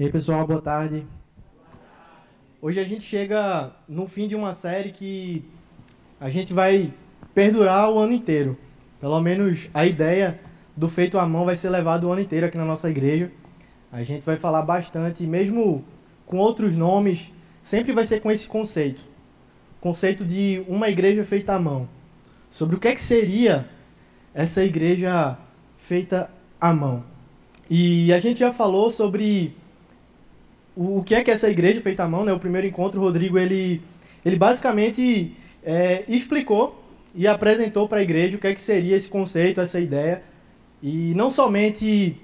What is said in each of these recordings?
E aí, pessoal, boa tarde. Hoje a gente chega no fim de uma série que a gente vai perdurar o ano inteiro. Pelo menos a ideia do Feito à Mão vai ser levada o ano inteiro aqui na nossa igreja. A gente vai falar bastante, mesmo com outros nomes, sempre vai ser com esse conceito. Conceito de uma igreja feita à mão. Sobre o que é que seria essa igreja feita à mão. E a gente já falou sobre o que é essa igreja feita à mão, né? O primeiro encontro, o Rodrigo, ele basicamente explicou e apresentou para a igreja o que é que seria esse conceito, essa ideia. E não somente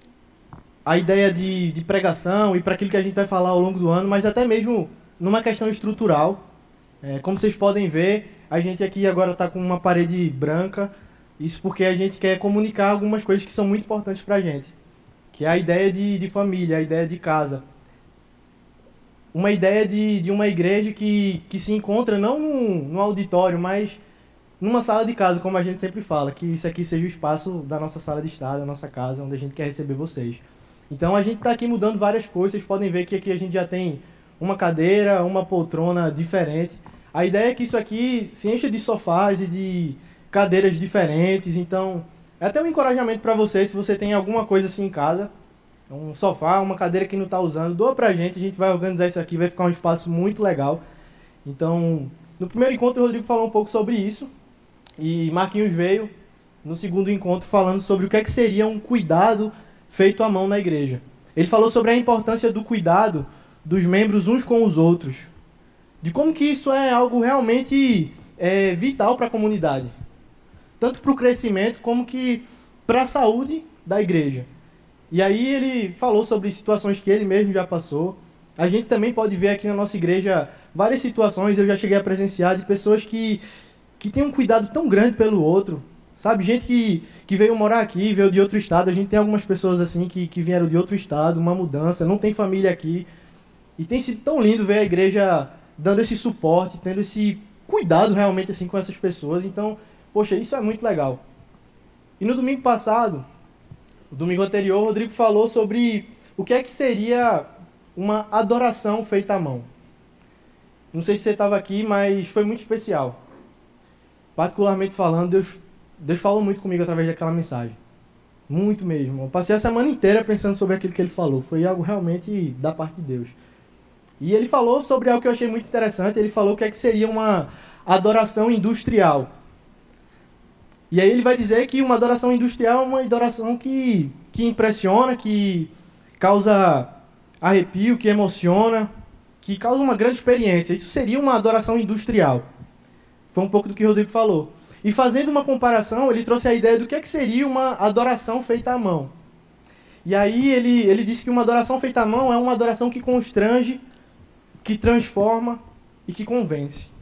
a ideia de pregação e para aquilo que a gente vai falar ao longo do ano, mas até mesmo numa questão estrutural. Como vocês podem ver, a gente aqui agora está com uma parede branca, isso porque a gente quer comunicar algumas coisas que são muito importantes para a gente, que é a ideia de família, a ideia de casa. Uma ideia de uma igreja que se encontra não num auditório, mas numa sala de casa, como a gente sempre fala, que isso aqui seja o espaço da nossa sala de estar, da nossa casa, onde a gente quer receber vocês. Então a gente está aqui mudando várias coisas, vocês podem ver que aqui a gente já tem uma cadeira, uma poltrona diferente. A ideia é que isso aqui se encha de sofás e de cadeiras diferentes, então é até um encorajamento para você, se você tem alguma coisa assim em casa, um sofá, uma cadeira que não está usando, doa pra gente, a gente vai organizar isso aqui, vai ficar um espaço muito legal. Então, no primeiro encontro o Rodrigo falou um pouco sobre isso, e Marquinhos veio no segundo encontro falando sobre o que é que seria um cuidado feito à mão na igreja. Ele falou sobre a importância do cuidado dos membros uns com os outros, de como que isso é algo realmente vital para a comunidade, tanto para o crescimento como que para a saúde da igreja. E aí ele falou sobre situações que ele mesmo já passou. A gente também pode ver aqui na nossa igreja várias situações, eu já cheguei a presenciar, de pessoas que têm um cuidado tão grande pelo outro. Sabe, gente que veio morar aqui, veio de outro estado. A gente tem algumas pessoas assim que vieram de outro estado, uma mudança, não tem família aqui. E tem sido tão lindo ver a igreja dando esse suporte, tendo esse cuidado realmente assim com essas pessoas. Então, poxa, isso é muito legal. E no domingo passado, no domingo anterior, o Rodrigo falou sobre o que é que seria uma adoração feita à mão. Não sei se você estava aqui, mas foi muito especial. Particularmente falando, Deus falou muito comigo através daquela mensagem. Muito mesmo. Eu passei a semana inteira pensando sobre aquilo que ele falou. Foi algo realmente da parte de Deus. E ele falou sobre algo que eu achei muito interessante. Ele falou o que é que seria uma adoração industrial. E aí ele vai dizer que uma adoração industrial é uma adoração que impressiona, que causa arrepio, que emociona, que causa uma grande experiência. Isso seria uma adoração industrial. Foi um pouco do que o Rodrigo falou. E fazendo uma comparação, ele trouxe a ideia do que é que seria uma adoração feita à mão. E aí ele disse que uma adoração feita à mão é uma adoração que constrange, que transforma e que convence.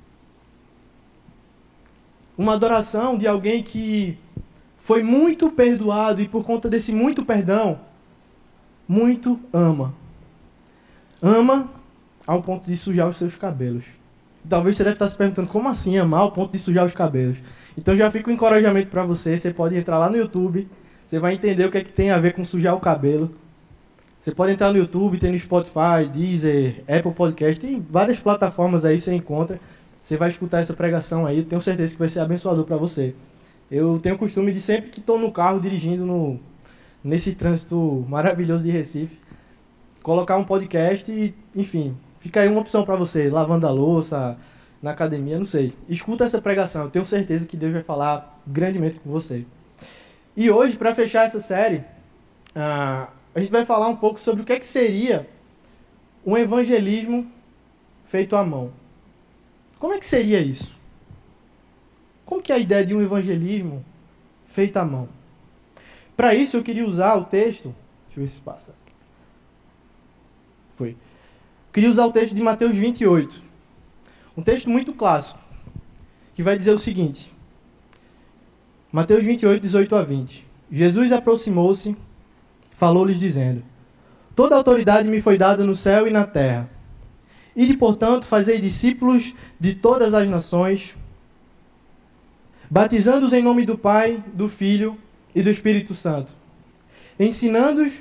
Uma adoração de alguém que foi muito perdoado e por conta desse muito perdão, muito ama. Ama ao ponto de sujar os seus cabelos. Talvez você deve estar se perguntando como assim amar ao ponto de sujar os cabelos. Então já fica um encorajamento para você. Você pode entrar lá no YouTube, você vai entender o que é que tem a ver com sujar o cabelo. Você pode entrar no YouTube, tem no Spotify, Deezer, Apple Podcast, tem várias plataformas aí que você encontra. Você vai escutar essa pregação aí, eu tenho certeza que vai ser abençoador para você. Eu tenho o costume de sempre que estou no carro dirigindo nesse trânsito maravilhoso de Recife, colocar um podcast e, enfim, fica aí uma opção para você, lavando a louça, na academia, não sei. Escuta essa pregação, eu tenho certeza que Deus vai falar grandemente com você. E hoje, para fechar essa série, a gente vai falar um pouco sobre o que é que seria um evangelismo feito à mão. Como é que seria isso? Como que é a ideia de um evangelismo feito à mão? Para isso eu queria usar o texto... Deixa eu ver se passa. Foi. Eu queria usar o texto de Mateus 28. Um texto muito clássico, que vai dizer o seguinte. Mateus 28, 18 a 20. Jesus aproximou-se, falou-lhes dizendo: Toda autoridade me foi dada no céu e na terra. Ide, portanto, fazei discípulos de todas as nações, batizando-os em nome do Pai, do Filho e do Espírito Santo, ensinando-os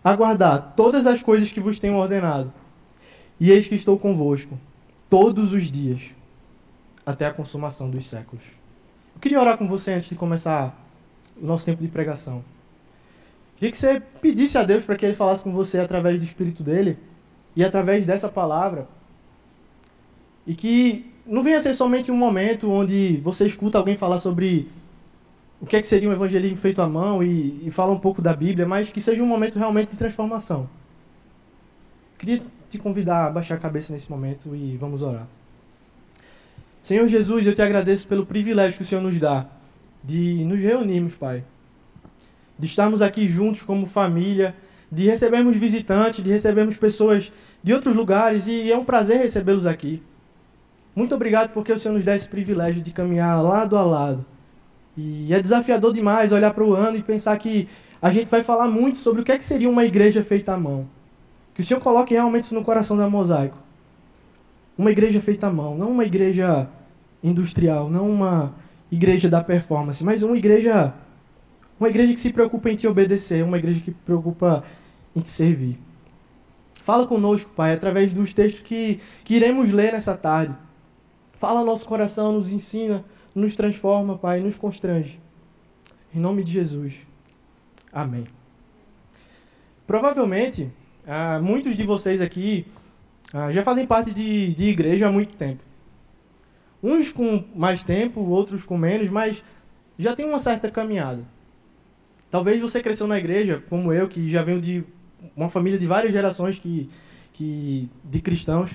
a guardar todas as coisas que vos tenho ordenado. E eis que estou convosco todos os dias, até a consumação dos séculos. Eu queria orar com você antes de começar o nosso tempo de pregação. Queria que você pedisse a Deus para que Ele falasse com você através do Espírito dEle e através dessa palavra. E que não venha ser somente um momento onde você escuta alguém falar sobre o que é que seria um evangelismo feito à mão e fala um pouco da Bíblia, mas que seja um momento realmente de transformação. Queria te convidar a baixar a cabeça nesse momento e vamos orar. Senhor Jesus, eu te agradeço pelo privilégio que o Senhor nos dá de nos reunirmos, Pai. De estarmos aqui juntos como família, de recebermos visitantes, de recebermos pessoas de outros lugares e é um prazer recebê-los aqui. Muito obrigado porque o Senhor nos dá esse privilégio de caminhar lado a lado. E é desafiador demais olhar para o ano e pensar que a gente vai falar muito sobre o que é que seria uma igreja feita à mão. Que o Senhor coloque realmente isso no coração da Mosaico. Uma igreja feita à mão, não uma igreja industrial, não uma igreja da performance, mas uma igreja que se preocupa em te obedecer, uma igreja que se preocupa em te servir. Fala conosco, Pai, através dos textos que iremos ler nessa tarde. Fala ao nosso coração, nos ensina, nos transforma, Pai, nos constrange. Em nome de Jesus. Amém. Provavelmente, muitos de vocês aqui já fazem parte de igreja há muito tempo. Uns com mais tempo, outros com menos, mas já tem uma certa caminhada. Talvez você cresceu na igreja, como eu, que já venho de uma família de várias gerações de cristãos.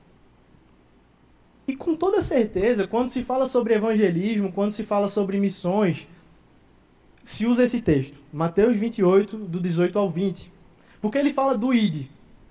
E com toda certeza, quando se fala sobre evangelismo, quando se fala sobre missões, se usa esse texto. Mateus 28, do 18 ao 20. Porque ele fala do id.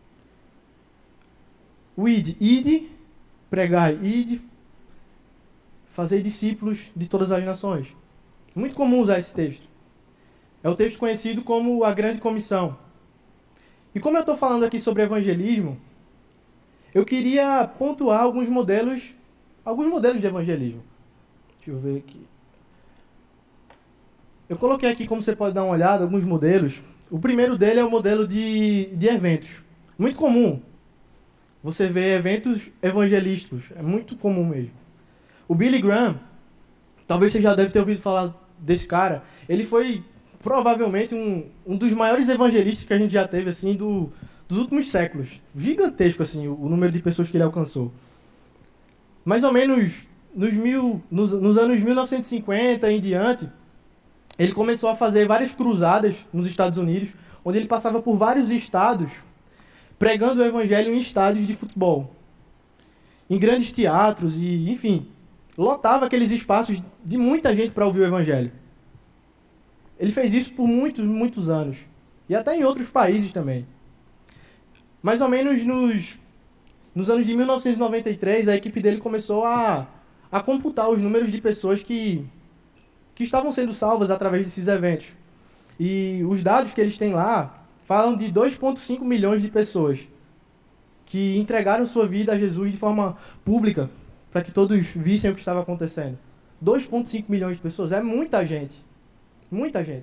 O id, pregai, ide, fazei discípulos de todas as nações. Muito comum usar esse texto. É o texto conhecido como a Grande Comissão. E como eu estou falando aqui sobre evangelismo, eu queria pontuar alguns modelos de evangelismo. Deixa eu ver aqui. Eu coloquei aqui, como você pode dar uma olhada, alguns modelos. O primeiro dele é o modelo de eventos. Muito comum. Você vê eventos evangelísticos. É muito comum mesmo. O Billy Graham, talvez você já deve ter ouvido falar desse cara. Ele foi provavelmente um dos maiores evangelistas que a gente já teve, assim, dos últimos séculos. Gigantesco, assim, o número de pessoas que ele alcançou. Mais ou menos nos anos 1950 em diante, ele começou a fazer várias cruzadas nos Estados Unidos, onde ele passava por vários estados, pregando o evangelho em estádios de futebol. Em grandes teatros e, enfim, lotava aqueles espaços de muita gente para ouvir o evangelho. Ele fez isso por muitos, muitos anos. E até em outros países também. Mais ou menos nos anos de 1993, a equipe dele começou a computar os números de pessoas que estavam sendo salvas através desses eventos. E os dados que eles têm lá falam de 2,5 milhões de pessoas que entregaram sua vida a Jesus de forma pública, para que todos vissem o que estava acontecendo. 2,5 milhões de pessoas é muita gente. Muita gente.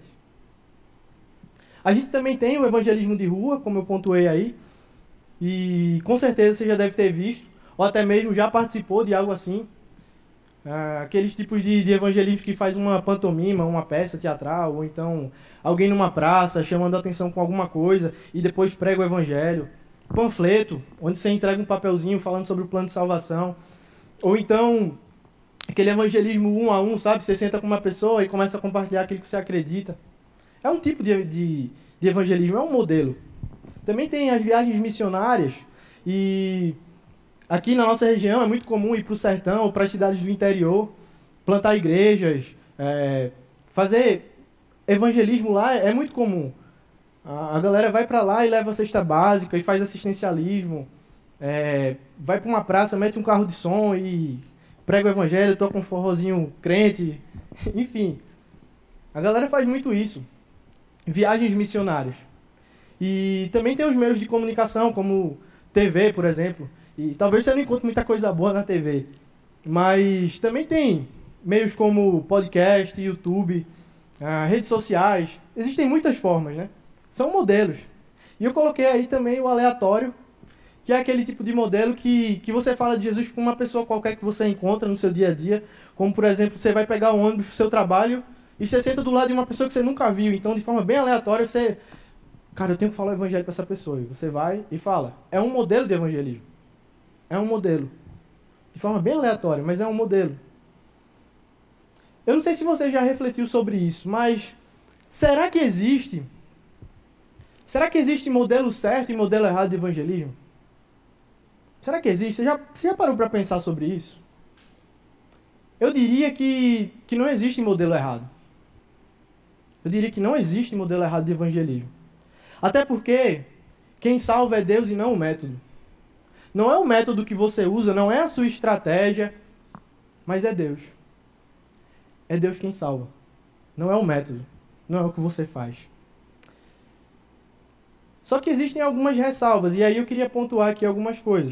A gente também tem o evangelismo de rua, como eu pontuei aí, e com certeza você já deve ter visto, ou até mesmo já participou de algo assim. Aqueles tipos de evangelismo que faz uma pantomima, uma peça teatral, ou então alguém numa praça chamando a atenção com alguma coisa e depois prega o evangelho. Panfleto, onde você entrega um papelzinho falando sobre o plano de salvação. Ou então aquele evangelismo 1 a 1, sabe? Você senta com uma pessoa e começa a compartilhar aquilo que você acredita. É um tipo de evangelismo, é um modelo. Também tem as viagens missionárias e aqui na nossa região é muito comum ir para o sertão ou para as cidades do interior, plantar igrejas, fazer evangelismo lá é muito comum. A galera vai para lá e leva a cesta básica e faz assistencialismo, vai para uma praça, mete um carro de som e prega o evangelho, toca um forrozinho crente, enfim. A galera faz muito isso. Viagens missionárias. E também tem os meios de comunicação, como TV, por exemplo. E talvez você não encontre muita coisa boa na TV. Mas também tem meios como podcast, YouTube, redes sociais. Existem muitas formas, né? São modelos. E eu coloquei aí também o aleatório, que é aquele tipo de modelo que você fala de Jesus com uma pessoa qualquer que você encontra no seu dia a dia, como, por exemplo, você vai pegar o ônibus pro seu trabalho e você senta do lado de uma pessoa que você nunca viu. Então, de forma bem aleatória, você... Cara, eu tenho que falar o evangelho para essa pessoa. E você vai e fala. É um modelo de evangelismo. É um modelo. De forma bem aleatória, mas é um modelo. Eu não sei se você já refletiu sobre isso, mas será que existe? Será que existe modelo certo e modelo errado de evangelismo? Será que existe? Você já parou para pensar sobre isso? Eu diria que não existe modelo errado. Eu diria que não existe modelo errado de evangelismo. Até porque quem salva é Deus e não o método. Não é o método que você usa, não é a sua estratégia, mas é Deus. É Deus quem salva. Não é o método. Não é o que você faz. Só que existem algumas ressalvas, e aí eu queria pontuar aqui algumas coisas.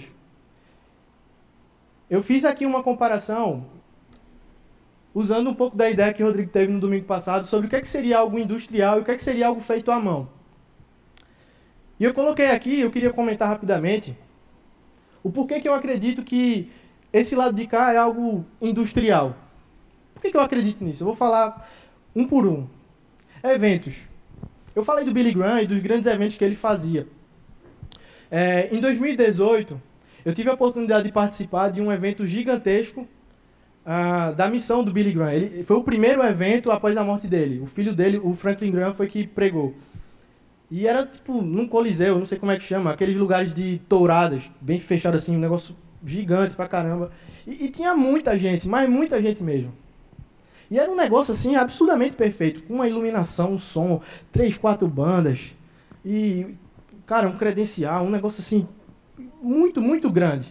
Eu fiz aqui uma comparação, usando um pouco da ideia que o Rodrigo teve no domingo passado, sobre o que seria algo industrial e o que seria algo feito à mão. E eu coloquei aqui, eu queria comentar rapidamente, o porquê que eu acredito que esse lado de cá é algo industrial. Por que eu acredito nisso? Eu vou falar um por um. Eventos. Eu falei do Billy Graham e dos grandes eventos que ele fazia. Em 2018, eu tive a oportunidade de participar de um evento gigantesco da missão do Billy Graham. Ele foi o primeiro evento após a morte dele. O filho dele, o Franklin Graham, foi que pregou. E era tipo num coliseu, não sei como é que chama, aqueles lugares de touradas, bem fechado assim, um negócio gigante pra caramba. E tinha muita gente, mas muita gente mesmo. E era um negócio assim absurdamente perfeito, com uma iluminação, um som, 3, 4 bandas. E, cara, um credencial, um negócio assim muito, muito grande.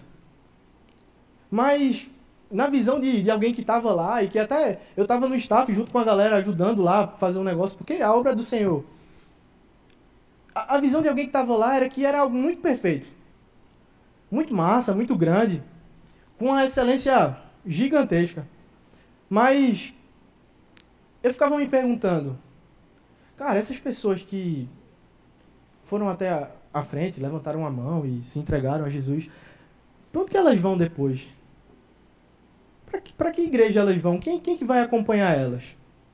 Mas na visão de alguém que estava lá, e que até eu estava no staff junto com a galera ajudando lá a fazer um negócio, porque é a obra do Senhor. A visão de alguém que estava lá era que era algo muito perfeito. Muito massa, muito grande, com uma excelência gigantesca. Mas eu ficava me perguntando, cara, essas pessoas que foram até a frente, levantaram a mão e se entregaram a Jesus, para onde que elas vão depois? Para que igreja elas vão? Quem que vai acompanhar elas?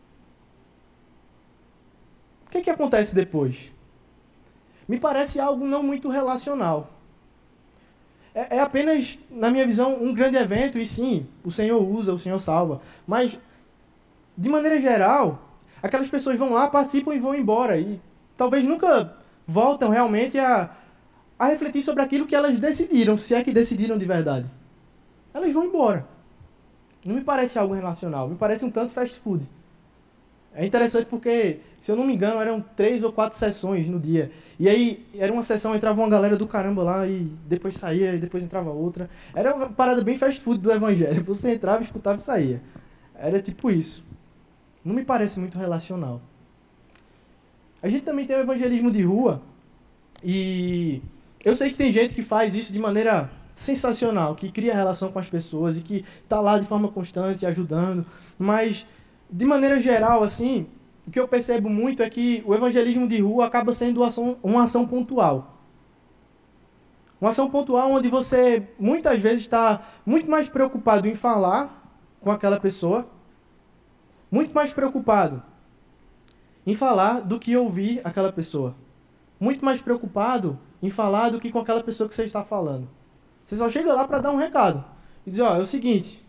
O que acontece depois? Me parece algo não muito relacional. É apenas, na minha visão, um grande evento, e sim, o Senhor usa, o Senhor salva. Mas, de maneira geral, aquelas pessoas vão lá, participam e vão embora. E talvez nunca voltam realmente a refletir sobre aquilo que elas decidiram, se é que decidiram de verdade. Elas vão embora. Não me parece algo relacional, me parece um tanto fast food. É interessante porque, se eu não me engano, eram 3 ou 4 sessões no dia. E aí, era uma sessão, entrava uma galera do caramba lá, e depois saía, e depois entrava outra. Era uma parada bem fast food do evangelho. Você entrava, escutava e saía. Era tipo isso. Não me parece muito relacional. A gente também tem o evangelismo de rua, e eu sei que tem gente que faz isso de maneira sensacional, que cria relação com as pessoas e que está lá de forma constante, ajudando, mas de maneira geral, assim, o que eu percebo muito é que o evangelismo de rua acaba sendo uma ação pontual. Uma ação pontual onde você, muitas vezes, está muito mais preocupado em falar com aquela pessoa, muito mais preocupado em falar do que ouvir aquela pessoa. Muito mais preocupado em falar do que com aquela pessoa que você está falando. Você só chega lá para dar um recado. E dizer, é o seguinte...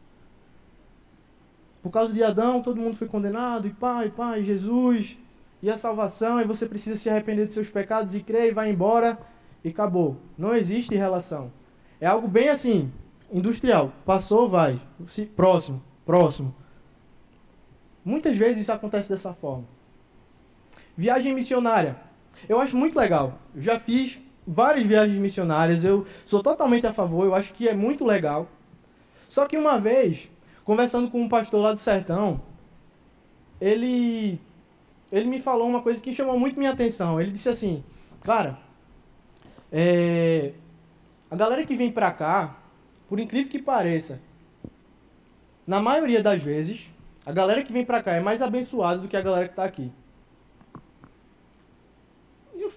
Por causa de Adão, todo mundo foi condenado, e pai, Jesus, e a salvação, e você precisa se arrepender dos seus pecados e crer, e vai embora, e acabou. Não existe relação. É algo bem assim, industrial. Passou, vai. Próximo. Muitas vezes isso acontece dessa forma. Viagem missionária. Eu acho muito legal. Eu já fiz várias viagens missionárias, eu sou totalmente a favor, eu acho que é muito legal. Só que uma vez... Conversando com um pastor lá do sertão, ele me falou uma coisa que chamou muito minha atenção. Ele disse assim, cara, a galera que vem pra cá, por incrível que pareça, na maioria das vezes, a galera que vem pra cá é mais abençoada do que a galera que tá aqui. E eu fiquei,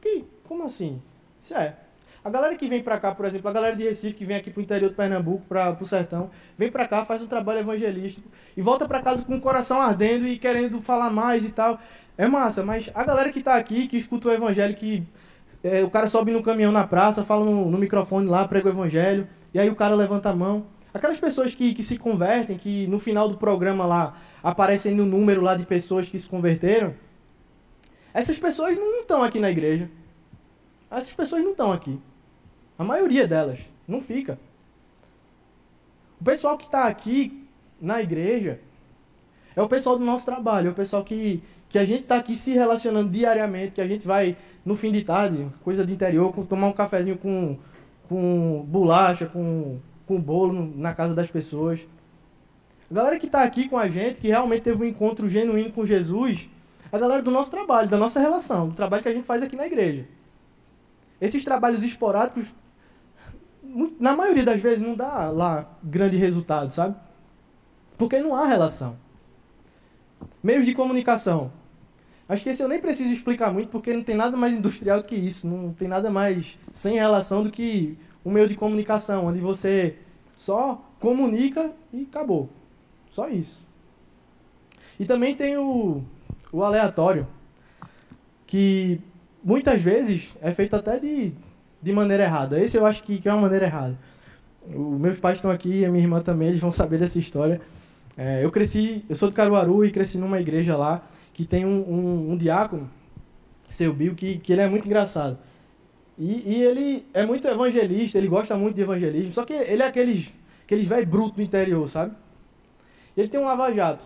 Como assim? Isso é. A galera que vem pra cá, por exemplo, a galera de Recife que vem aqui pro interior do Pernambuco, pro sertão, vem pra cá, faz um trabalho evangelístico e volta pra casa com o coração ardendo e querendo falar mais e tal. É massa, mas a galera que tá aqui, que escuta o evangelho, o cara sobe no caminhão na praça, fala no microfone lá, prega o evangelho, e aí o cara levanta a mão. Aquelas pessoas que se convertem, que no final do programa lá aparecem no número lá de pessoas que se converteram, essas pessoas não estão aqui na igreja. Essas pessoas não estão aqui. A maioria delas não fica. O pessoal que está aqui na igreja é o pessoal do nosso trabalho, é o pessoal que a gente está aqui se relacionando diariamente, que a gente vai no fim de tarde, coisa de interior, tomar um cafezinho com bolacha, com bolo na casa das pessoas. A galera que está aqui com a gente, que realmente teve um encontro genuíno com Jesus, é a galera do nosso trabalho, da nossa relação, do trabalho que a gente faz aqui na igreja. Esses trabalhos esporádicos, na maioria das vezes, não dá lá grande resultado, sabe? Porque não há relação. Meios de comunicação. Acho que esse eu nem preciso explicar muito, porque não tem nada mais industrial do que isso. Não tem nada mais sem relação do que um meio de comunicação, onde você só comunica e acabou. Só isso. E também tem o aleatório, que muitas vezes é feito até de maneira errada. Esse eu acho que é uma maneira errada. Meus pais estão aqui e a minha irmã também, eles vão saber dessa história. Eu sou de Caruaru e cresci numa igreja lá, que tem um diácono, seu Bill, que ele é muito engraçado. E ele é muito evangelista, ele gosta muito de evangelismo, só que ele é aqueles velho bruto do interior, sabe? Ele tem um lava-jato.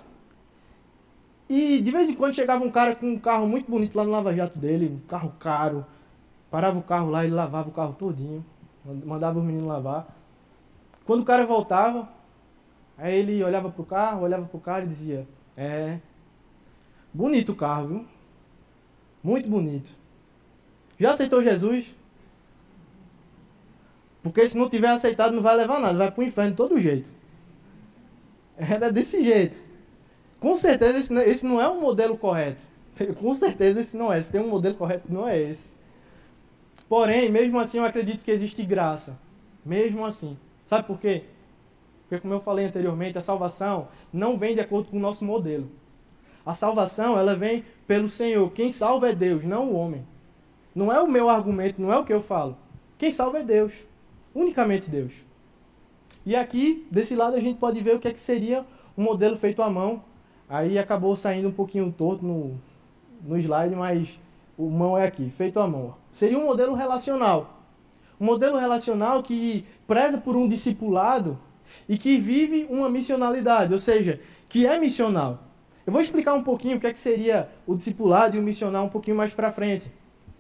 E de vez em quando chegava um cara com um carro muito bonito lá no lava-jato dele, um carro caro. Parava o carro lá, ele lavava o carro todinho, mandava os meninos lavar. Quando o cara voltava, aí ele olhava pro cara e dizia: bonito o carro, viu? Muito bonito. Já aceitou Jesus? Porque se não tiver aceitado não vai levar nada, vai pro inferno de todo jeito. Era desse jeito. Com certeza esse não é um modelo correto. Com certeza esse não é. Se tem um modelo correto, não é esse. Porém, mesmo assim, eu acredito que existe graça. Mesmo assim. Sabe por quê? Porque, como eu falei anteriormente, a salvação não vem de acordo com o nosso modelo. A salvação, ela vem pelo Senhor. Quem salva é Deus, não o homem. Não é o meu argumento, não é o que eu falo. Quem salva é Deus. Unicamente Deus. E aqui, desse lado, a gente pode ver o que é que seria um modelo feito à mão. Aí acabou saindo um pouquinho torto no slide, mas o mão é aqui, feito à mão. Seria um modelo relacional. Um modelo relacional que preza por um discipulado e que vive uma missionalidade, ou seja, que é missional. Eu vou explicar um pouquinho o que é que seria o discipulado e o missional um pouquinho mais para frente.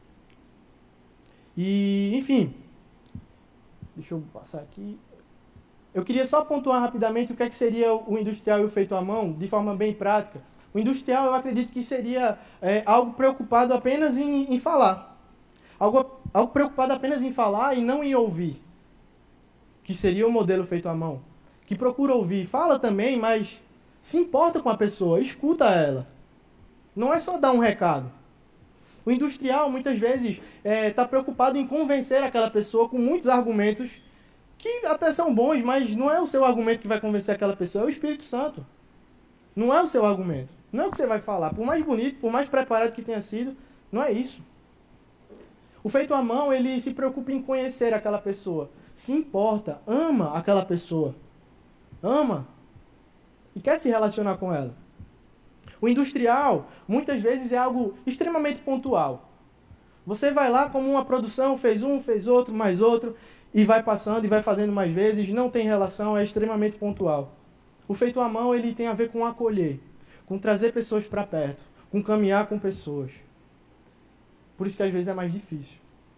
E, enfim, deixa eu passar aqui. Eu queria só pontuar rapidamente o que é que seria o industrial e o feito à mão, de forma bem prática. O industrial, eu acredito que seria algo preocupado apenas em falar. Algo preocupado apenas em falar e não em ouvir. Que seria o modelo feito à mão. Que procura ouvir, fala também, mas se importa com a pessoa, escuta ela. Não é só dar um recado. O industrial, muitas vezes, está preocupado em convencer aquela pessoa com muitos argumentos que até são bons, mas não é o seu argumento que vai convencer aquela pessoa, é o Espírito Santo. Não é o seu argumento. Não é o que você vai falar. Por mais bonito, por mais preparado que tenha sido, não é isso. O feito à mão, ele se preocupa em conhecer aquela pessoa. Se importa, ama aquela pessoa. Ama. E quer se relacionar com ela. O industrial, muitas vezes, é algo extremamente pontual. Você vai lá como uma produção, fez um, fez outro, mais outro, e vai passando e vai fazendo mais vezes, não tem relação, é extremamente pontual. O feito à mão, ele tem a ver com acolher, com trazer pessoas para perto, com caminhar com pessoas. Por isso que às vezes é mais difícil.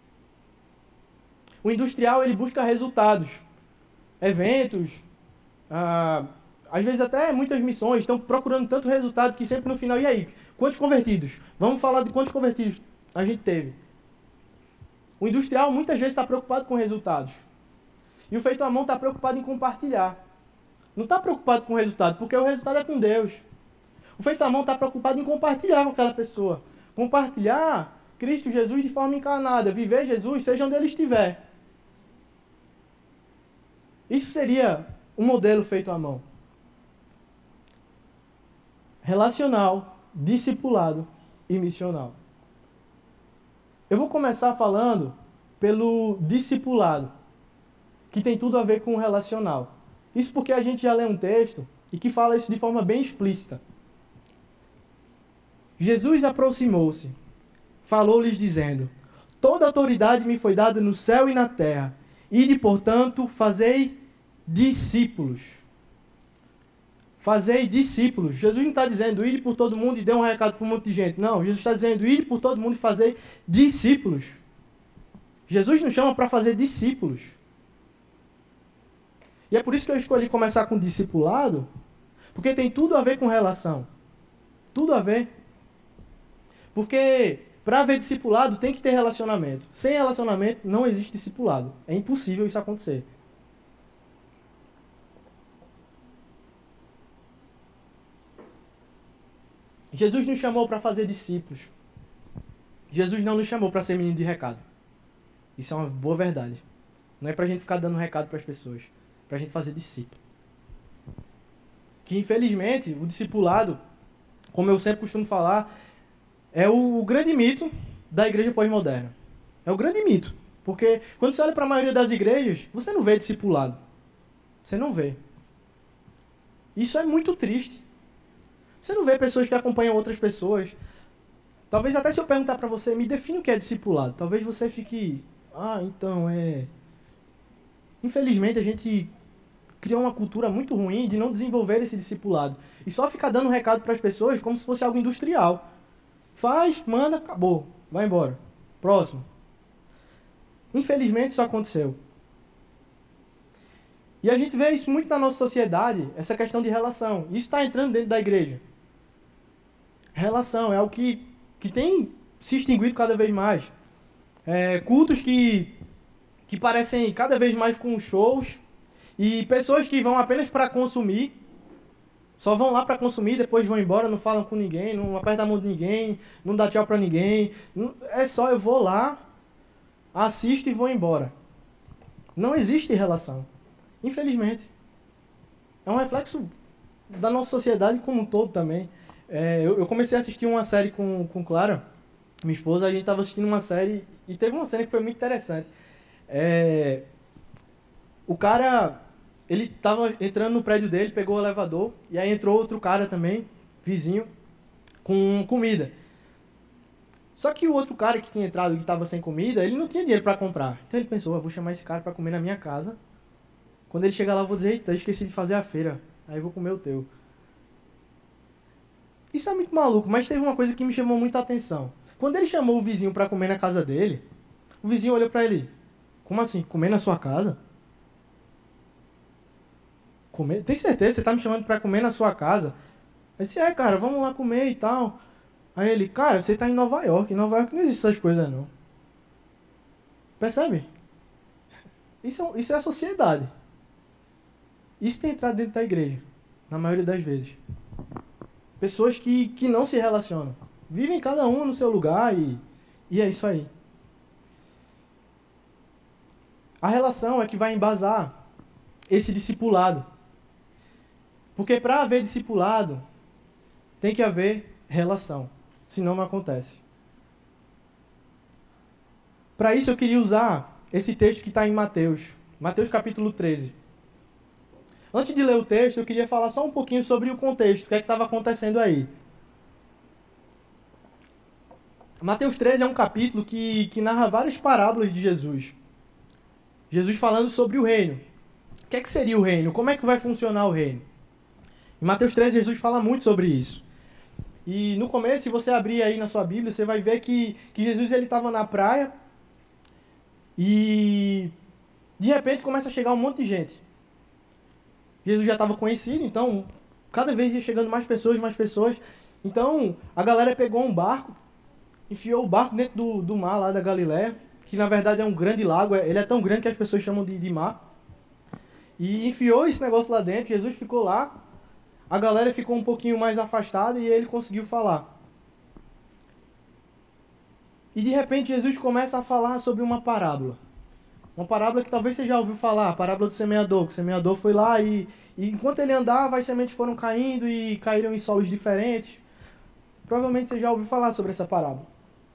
O industrial, ele busca resultados. Eventos, às vezes até muitas missões, estão procurando tanto resultado que sempre no final, e aí, quantos convertidos? Vamos falar de quantos convertidos a gente teve. O industrial muitas vezes está preocupado com resultados. E o feito à mão está preocupado em compartilhar. Não está preocupado com o resultado, porque o resultado é com Deus. O feito à mão está preocupado em compartilhar com aquela pessoa. Compartilhar Cristo Jesus de forma encarnada, viver Jesus seja onde ele estiver. Isso seria um modelo feito à mão. Relacional, discipulado e missional. Eu vou começar falando pelo discipulado, que tem tudo a ver com o relacional. Isso porque a gente já lê um texto e que fala isso de forma bem explícita. Jesus aproximou-se, falou-lhes dizendo: toda autoridade me foi dada no céu e na terra. Ide, portanto, fazei discípulos. Fazei discípulos. Jesus não está dizendo, ide por todo mundo e dê um recado para um monte de gente. Não, Jesus está dizendo, ide por todo mundo e fazei discípulos. Jesus nos chama para fazer discípulos. E é por isso que eu escolhi começar com discipulado, porque tem tudo a ver com relação. Tudo a ver. Porque para haver discipulado tem que ter relacionamento. Sem relacionamento não existe discipulado. É impossível isso acontecer. Jesus nos chamou para fazer discípulos. Jesus não nos chamou para ser menino de recado. Isso é uma boa verdade. Não é para a gente ficar dando recado para as pessoas. É para a gente fazer discípulo. Que infelizmente o discipulado, como eu sempre costumo falar, é o grande mito da igreja pós-moderna. É o grande mito. Porque quando você olha para a maioria das igrejas, você não vê discipulado. Você não vê. Isso é muito triste. Você não vê pessoas que acompanham outras pessoas. Talvez até se eu perguntar para você, me define o que é discipulado. Talvez você fique, então é... Infelizmente a gente criou uma cultura muito ruim de não desenvolver esse discipulado. E só ficar dando recado para as pessoas como se fosse algo industrial. Faz, manda, acabou. Vai embora. Próximo. Infelizmente isso aconteceu. E a gente vê isso muito na nossa sociedade, essa questão de relação. Isso está entrando dentro da igreja. Relação é algo que tem se extinguido cada vez mais. Cultos que parecem cada vez mais com shows. E pessoas que vão apenas para consumir. Só vão lá para consumir, depois vão embora, não falam com ninguém, não apertam a mão de ninguém, não dá tchau para ninguém. É só eu vou lá, assisto e vou embora. Não existe relação. Infelizmente. É um reflexo da nossa sociedade como um todo também. Eu comecei a assistir uma série com Clara, minha esposa, a gente estava assistindo uma série e teve uma cena que foi muito interessante. O cara, ele estava entrando no prédio dele, pegou o elevador, e aí entrou outro cara também, vizinho, com comida. Só que o outro cara que tinha entrado, que estava sem comida, ele não tinha dinheiro para comprar. Então ele pensou, eu vou chamar esse cara para comer na minha casa. Quando ele chegar lá, eu vou dizer, eita, eu esqueci de fazer a feira. Aí eu vou comer o teu. Isso é muito maluco, mas teve uma coisa que me chamou muita atenção. Quando ele chamou o vizinho para comer na casa dele, o vizinho olhou para ele. Como assim? Comer na sua casa? Comer? Tem certeza? Você tá me chamando para comer na sua casa? Ele disse, cara, vamos lá comer e tal. Aí ele, cara, você tá em Nova York. Em Nova York não existe essas coisas, não. Percebe? Isso é a sociedade. Isso tem entrado dentro da igreja, na maioria das vezes. Pessoas que não se relacionam. Vivem cada um no seu lugar e é isso aí. A relação é que vai embasar esse discipulado. Porque para haver discipulado, tem que haver relação. Senão não acontece. Para isso eu queria usar esse texto que está em Mateus. Mateus capítulo 13. Antes de ler o texto, eu queria falar só um pouquinho sobre o contexto, o que é que estava acontecendo aí. Mateus 13 é um capítulo que narra várias parábolas de Jesus. Jesus falando sobre o reino. O que é que seria o reino? Como é que vai funcionar o reino? Em Mateus 13, Jesus fala muito sobre isso. E no começo, se você abrir aí na sua Bíblia, você vai ver que Jesus estava na praia e de repente começa a chegar um monte de gente. Jesus já estava conhecido, então cada vez ia chegando mais pessoas. Então a galera pegou um barco, enfiou o barco dentro do mar lá da Galileia, que na verdade é um grande lago, ele é tão grande que as pessoas chamam de mar. E enfiou esse negócio lá dentro, Jesus ficou lá, a galera ficou um pouquinho mais afastada e ele conseguiu falar. E de repente Jesus começa a falar sobre uma parábola. Uma parábola que talvez você já ouviu falar, a parábola do semeador. Que o semeador foi lá e enquanto ele andava, as sementes foram caindo e caíram em solos diferentes. Provavelmente você já ouviu falar sobre essa parábola.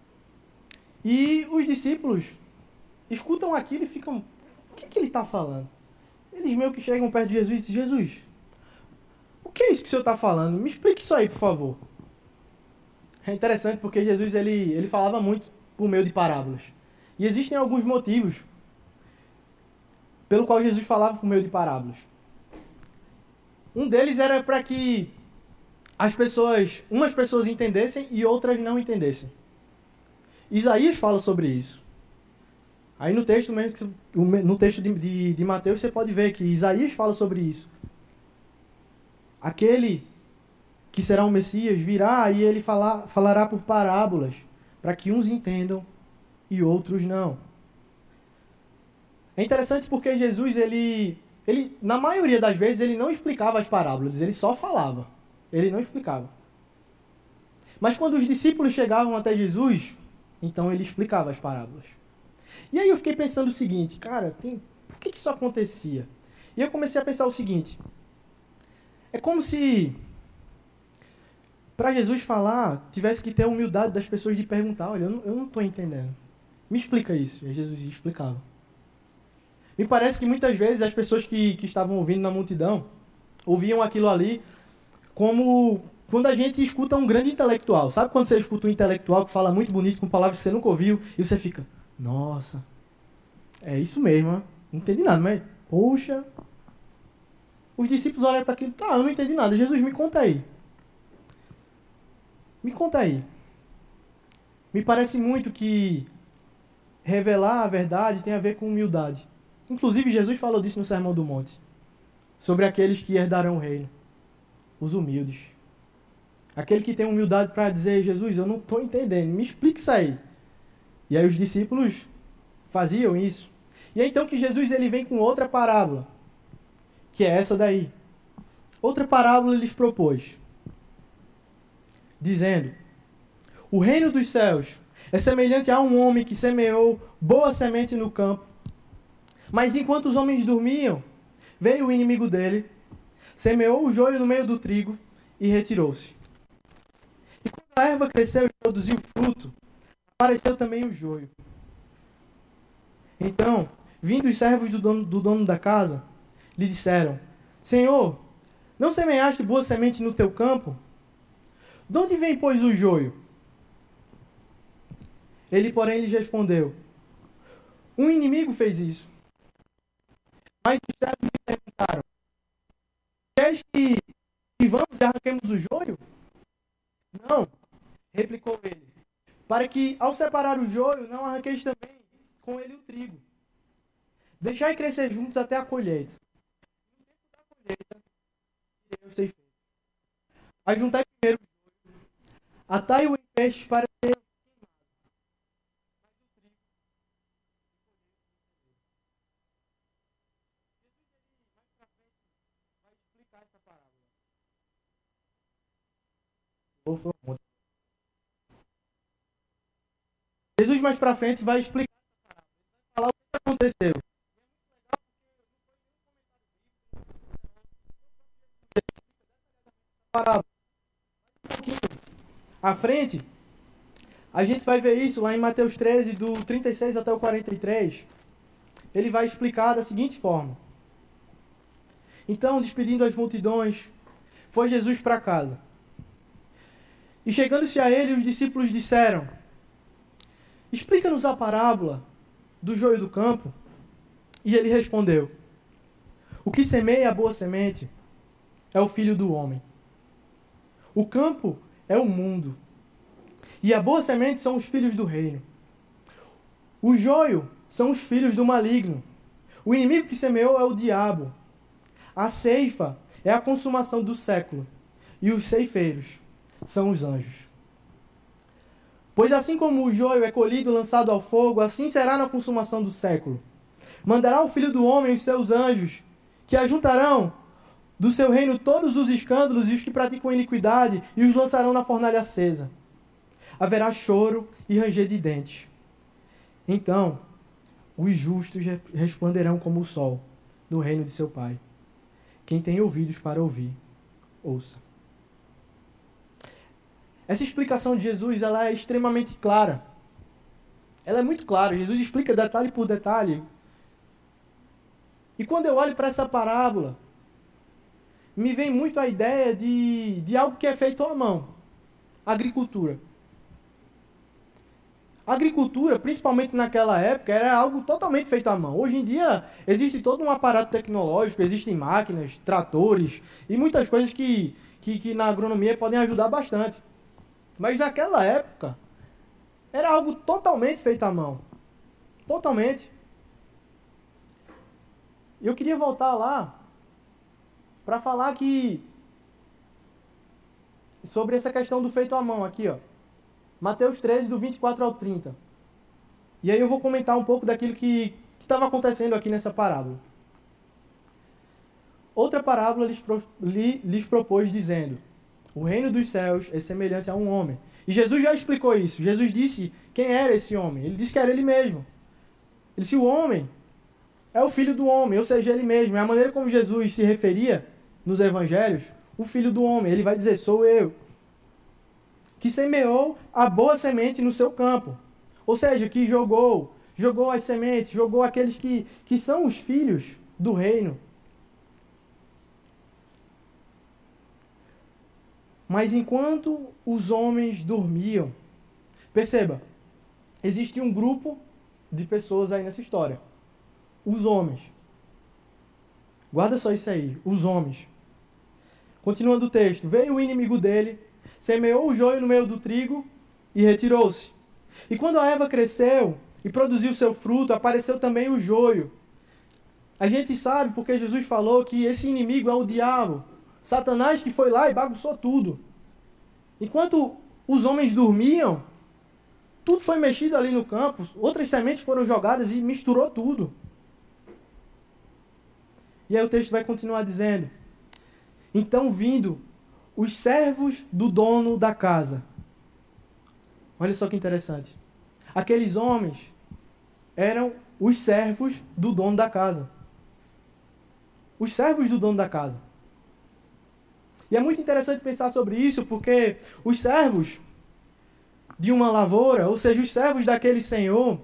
E os discípulos escutam aquilo e ficam... O que ele está falando? Eles meio que chegam perto de Jesus e dizem: Jesus, o que é isso que o senhor está falando? Me explique isso aí, por favor. É interessante porque Jesus ele falava muito por meio de parábolas. E existem alguns motivos pelo qual Jesus falava por meio de parábolas. Um deles era para que umas pessoas entendessem e outras não entendessem. Isaías fala sobre isso. Aí no texto mesmo, no texto de Mateus, você pode ver que Isaías fala sobre isso. Aquele que será o Messias virá e ele falará por parábolas, para que uns entendam e outros não. É interessante porque Jesus, ele, na maioria das vezes, ele não explicava as parábolas, ele só falava. Ele não explicava. Mas quando os discípulos chegavam até Jesus, então ele explicava as parábolas. E aí eu fiquei pensando o seguinte, cara, por que isso acontecia? E eu comecei a pensar o seguinte, é como se, para Jesus falar, tivesse que ter a humildade das pessoas de perguntar: olha, eu não estou entendendo. Me explica isso. E Jesus explicava. Me parece que muitas vezes as pessoas que estavam ouvindo na multidão, ouviam aquilo ali como quando a gente escuta um grande intelectual. Sabe quando você escuta um intelectual que fala muito bonito, com palavras que você nunca ouviu, e você fica: nossa, é isso mesmo, hein? Não entendi nada, mas, poxa. Os discípulos olham para aquilo: tá, eu não entendi nada. Jesus, me conta aí. Me conta aí. Me parece muito que revelar a verdade tem a ver com humildade. Inclusive, Jesus falou disso no Sermão do Monte. Sobre aqueles que herdarão o reino. Os humildes. Aquele que tem humildade para dizer: Jesus, eu não estou entendendo, me explica isso aí. E aí os discípulos faziam isso. E é então que Jesus ele vem com outra parábola, que é essa daí. Outra parábola ele lhes propôs, dizendo: o reino dos céus é semelhante a um homem que semeou boa semente no campo. Mas enquanto os homens dormiam, veio o inimigo dele, semeou o joio no meio do trigo e retirou-se. E quando a erva cresceu e produziu fruto, apareceu também o joio. Então, vindo os servos do dono da casa, lhe disseram: Senhor, não semeaste boa semente no teu campo? De onde vem, pois, o joio? Ele, porém, lhes respondeu: um inimigo fez isso. Mas os servos lhe perguntaram: queres que vamos e arranquemos o joio? Não, replicou ele, para que, ao separar o joio, não arranqueis também com ele o trigo. Deixai crescer juntos até a colheita. No tempo da colheita, eu sei feito. Ajuntai primeiro o joio, atai-o em feixes para ser queimado. Mas o trigo, Jesus, mais para frente, vai explicar essa parábola. Jesus, mais para frente, vai explicar essa parábola. Vai falar o que aconteceu. Parábola. Um pouquinho à frente, a gente vai ver isso lá em Mateus 13, do 36 até o 43. Ele vai explicar da seguinte forma: então, despedindo as multidões, foi Jesus para casa. E chegando-se a ele, os discípulos disseram: explica-nos a parábola do joio do campo. E ele respondeu: o que semeia a boa semente é o Filho do Homem. O campo é o mundo. E a boa semente são os filhos do reino. O joio são os filhos do maligno. O inimigo que semeou é o diabo. A ceifa é a consumação do século. E os ceifeiros são os anjos. Pois assim como o joio é colhido e lançado ao fogo, assim será na consumação do século. Mandará o Filho do Homem os seus anjos, que ajuntarão do seu reino todos os escândalos e os que praticam iniquidade, e os lançarão na fornalha acesa. haverá choro e ranger de dentes. Então, os justos resplandecerão como o sol no reino de seu Pai. Quem tem ouvidos para ouvir, ouça. Essa explicação de Jesus, ela é extremamente clara. Ela é muito clara. Jesus explica detalhe por detalhe. E quando eu olho para essa parábola, me vem muito a ideia de algo que é feito à mão. Agricultura. A agricultura, principalmente naquela época, era algo totalmente feito à mão. Hoje em dia, existe todo um aparato tecnológico, existem máquinas, tratores e muitas coisas que na agronomia podem ajudar bastante. Mas naquela época, era algo totalmente feito à mão. Totalmente. Eu queria voltar lá para falar sobre essa questão do feito à mão aqui, ó. Mateus 13, do 24 ao 30. E aí eu vou comentar um pouco daquilo que estava acontecendo aqui nessa parábola. Outra parábola lhes propôs, dizendo: o reino dos céus é semelhante a um homem. E Jesus já explicou isso. Jesus disse quem era esse homem. Ele disse que era ele mesmo. Ele disse: o homem é o filho do homem, ou seja, ele mesmo. É a maneira como Jesus se referia nos evangelhos, o filho do homem. Ele vai dizer: sou eu, que semeou a boa semente no seu campo. Ou seja, que jogou as sementes, jogou aqueles que são os filhos do reino. Mas enquanto os homens dormiam, perceba, existe um grupo de pessoas aí nessa história. Os homens. Guarda só isso aí, os homens. Continuando o texto, veio o inimigo dele, semeou o joio no meio do trigo e retirou-se. E quando a erva cresceu e produziu seu fruto, apareceu também o joio. A gente sabe porque Jesus falou que esse inimigo é o diabo, Satanás, que foi lá e bagunçou tudo. Enquanto os homens dormiam, tudo foi mexido ali no campo, outras sementes foram jogadas e misturou tudo. E aí o texto vai continuar dizendo: então vindo os servos do dono da casa. Olha só que interessante. Aqueles homens eram os servos do dono da casa. Os servos do dono da casa. E é muito interessante pensar sobre isso, porque os servos de uma lavoura, ou seja, os servos daquele senhor,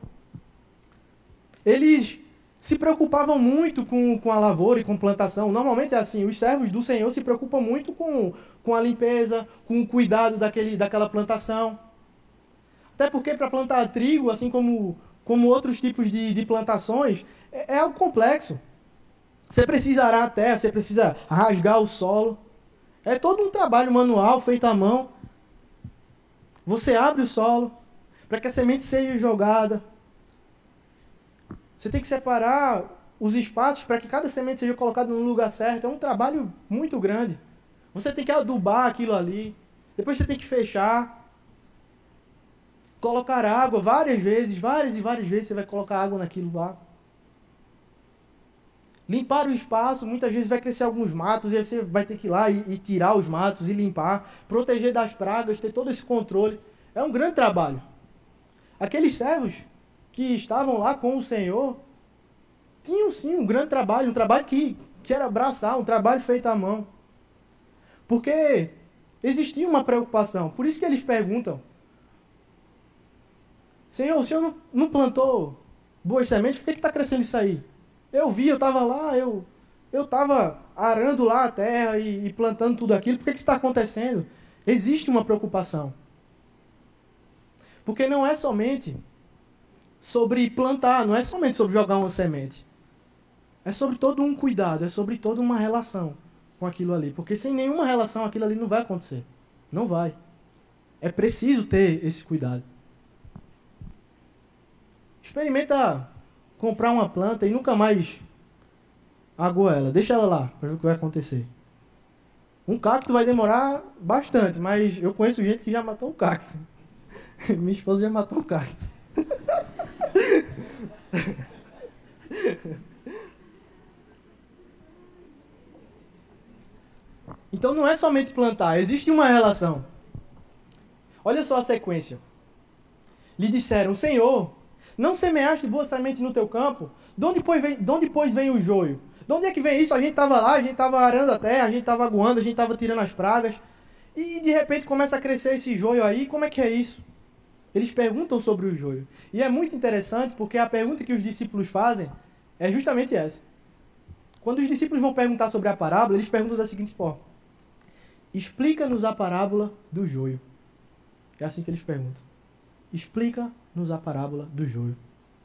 eles se preocupavam muito com a lavoura e com plantação. Normalmente é assim, os servos do senhor se preocupam muito com a limpeza, com o cuidado daquela plantação. Até porque para plantar trigo, assim como outros tipos de plantações, é algo complexo. Você precisa arar a terra, você precisa rasgar o solo. É todo um trabalho manual feito à mão. Você abre o solo para que a semente seja jogada. Você tem que separar os espaços para que cada semente seja colocada no lugar certo. É um trabalho muito grande. Você tem que adubar aquilo ali. Depois você tem que fechar. Colocar água várias vezes, várias e várias vezes você vai colocar água naquilo lá. Limpar o espaço, muitas vezes vai crescer alguns matos, e aí você vai ter que ir lá e tirar os matos e limpar, proteger das pragas, ter todo esse controle. É um grande trabalho. Aqueles servos que estavam lá com o Senhor tinham sim um grande trabalho, um trabalho que era braçal, um trabalho feito à mão. Porque existia uma preocupação, por isso que eles perguntam: Senhor, o Senhor não plantou boas sementes, por que está crescendo isso aí? Eu vi, eu estava lá, eu estava arando lá a terra e plantando tudo aquilo, por que isso está acontecendo? Existe uma preocupação. Porque não é somente sobre plantar, não é somente sobre jogar uma semente. É sobre todo um cuidado, é sobre toda uma relação com aquilo ali. Porque sem nenhuma relação aquilo ali não vai acontecer. Não vai. É preciso ter esse cuidado. Experimenta comprar uma planta e nunca mais aguar ela. Deixa ela lá para ver o que vai acontecer. Um cacto vai demorar bastante, mas eu conheço gente que já matou um cacto. Minha esposa já matou um cacto. Então não é somente plantar, existe uma relação. Olha só a sequência. Lhe disseram, Senhor, não semeaste boa semente no teu campo? De onde, pois, vem o joio? De onde é que vem isso? A gente estava lá, a gente estava arando a terra, a gente estava aguando, a gente estava tirando as pragas. E de repente começa a crescer esse joio aí. Como é que é isso? Eles perguntam sobre o joio. E é muito interessante porque a pergunta que os discípulos fazem é justamente essa. Quando os discípulos vão perguntar sobre a parábola, eles perguntam da seguinte forma. Explica-nos a parábola do joio. É assim que eles perguntam. Explica-nos a parábola do joio.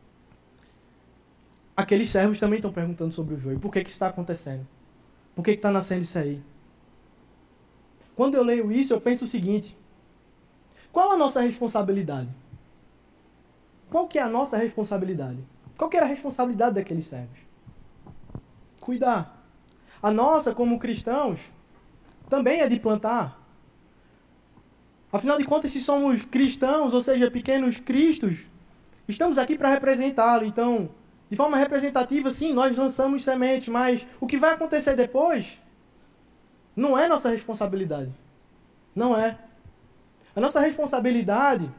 Aqueles servos também estão perguntando sobre o joio. Por que isso está acontecendo? Por que está nascendo isso aí? Quando eu leio isso, eu penso o seguinte. Qual a nossa responsabilidade? Qual que é a nossa responsabilidade? Qual que era a responsabilidade daqueles servos? Cuidar. A nossa, como cristãos, também é de plantar. Afinal de contas, se somos cristãos, ou seja, pequenos cristos, estamos aqui para representá-lo. Então, de forma representativa, sim, nós lançamos sementes, mas o que vai acontecer depois não é nossa responsabilidade. Não é. A nossa responsabilidade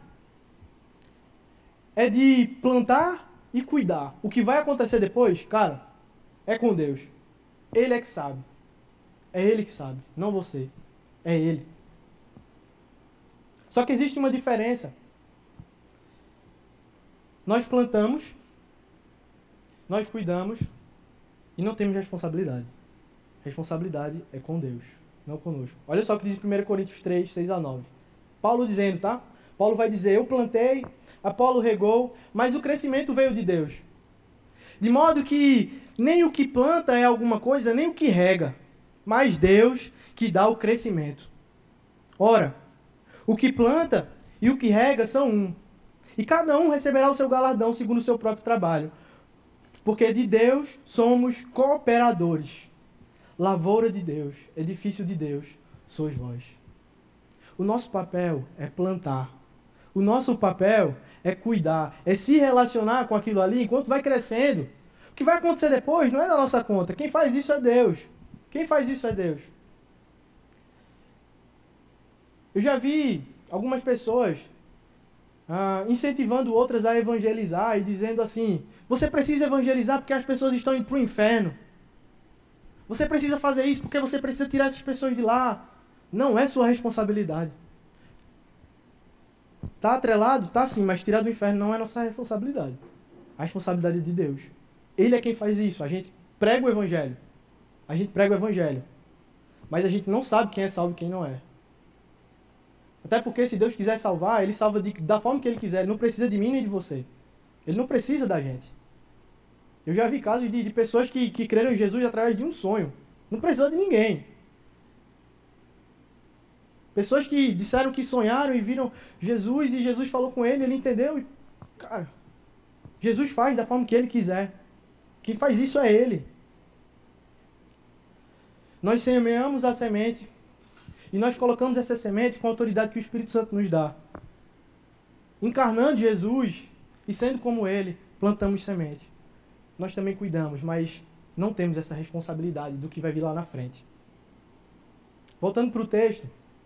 é de plantar e cuidar. O que vai acontecer depois, cara, é com Deus. Ele é que sabe. É Ele que sabe, não você. É Ele. Só que existe uma diferença. Nós plantamos, nós cuidamos e não temos responsabilidade. Responsabilidade é com Deus, não conosco. Olha só o que diz 1 Coríntios 3, 6 a 9. Paulo dizendo, tá? Paulo vai dizer, eu plantei, Apolo regou, mas o crescimento veio de Deus. De modo que nem o que planta é alguma coisa, nem o que rega, mas Deus que dá o crescimento. Ora, o que planta e o que rega são um, e cada um receberá o seu galardão segundo o seu próprio trabalho. Porque de Deus somos cooperadores. Lavoura de Deus, edifício de Deus, sois vós. O nosso papel é plantar. O nosso papel é cuidar, é se relacionar com aquilo ali enquanto vai crescendo. O que vai acontecer depois não é da nossa conta. Quem faz isso é Deus. Quem faz isso é Deus. Eu já vi algumas pessoas incentivando outras a evangelizar e dizendo assim, você precisa evangelizar porque as pessoas estão indo para o inferno. Você precisa fazer isso porque você precisa tirar essas pessoas de lá. Não é sua responsabilidade. Está atrelado? Tá sim, mas tirar do inferno não é nossa responsabilidade. A responsabilidade é de Deus. Ele é quem faz isso. A gente prega o evangelho. A gente prega o evangelho. Mas a gente não sabe quem é salvo e quem não é. Até porque se Deus quiser salvar, Ele salva da forma que Ele quiser. Ele não precisa de mim nem de você. Ele não precisa da gente. Eu já vi casos de pessoas que creram em Jesus através de um sonho. Não precisou de ninguém. Pessoas que disseram que sonharam e viram Jesus e Jesus falou com ele entendeu. E, cara, Jesus faz da forma que Ele quiser. Quem faz isso é Ele. Nós semeamos a semente e nós colocamos essa semente com a autoridade que o Espírito Santo nos dá. Encarnando Jesus e sendo como Ele, plantamos semente. Nós também cuidamos, mas não temos essa responsabilidade do que vai vir lá na frente. Voltando para o texto.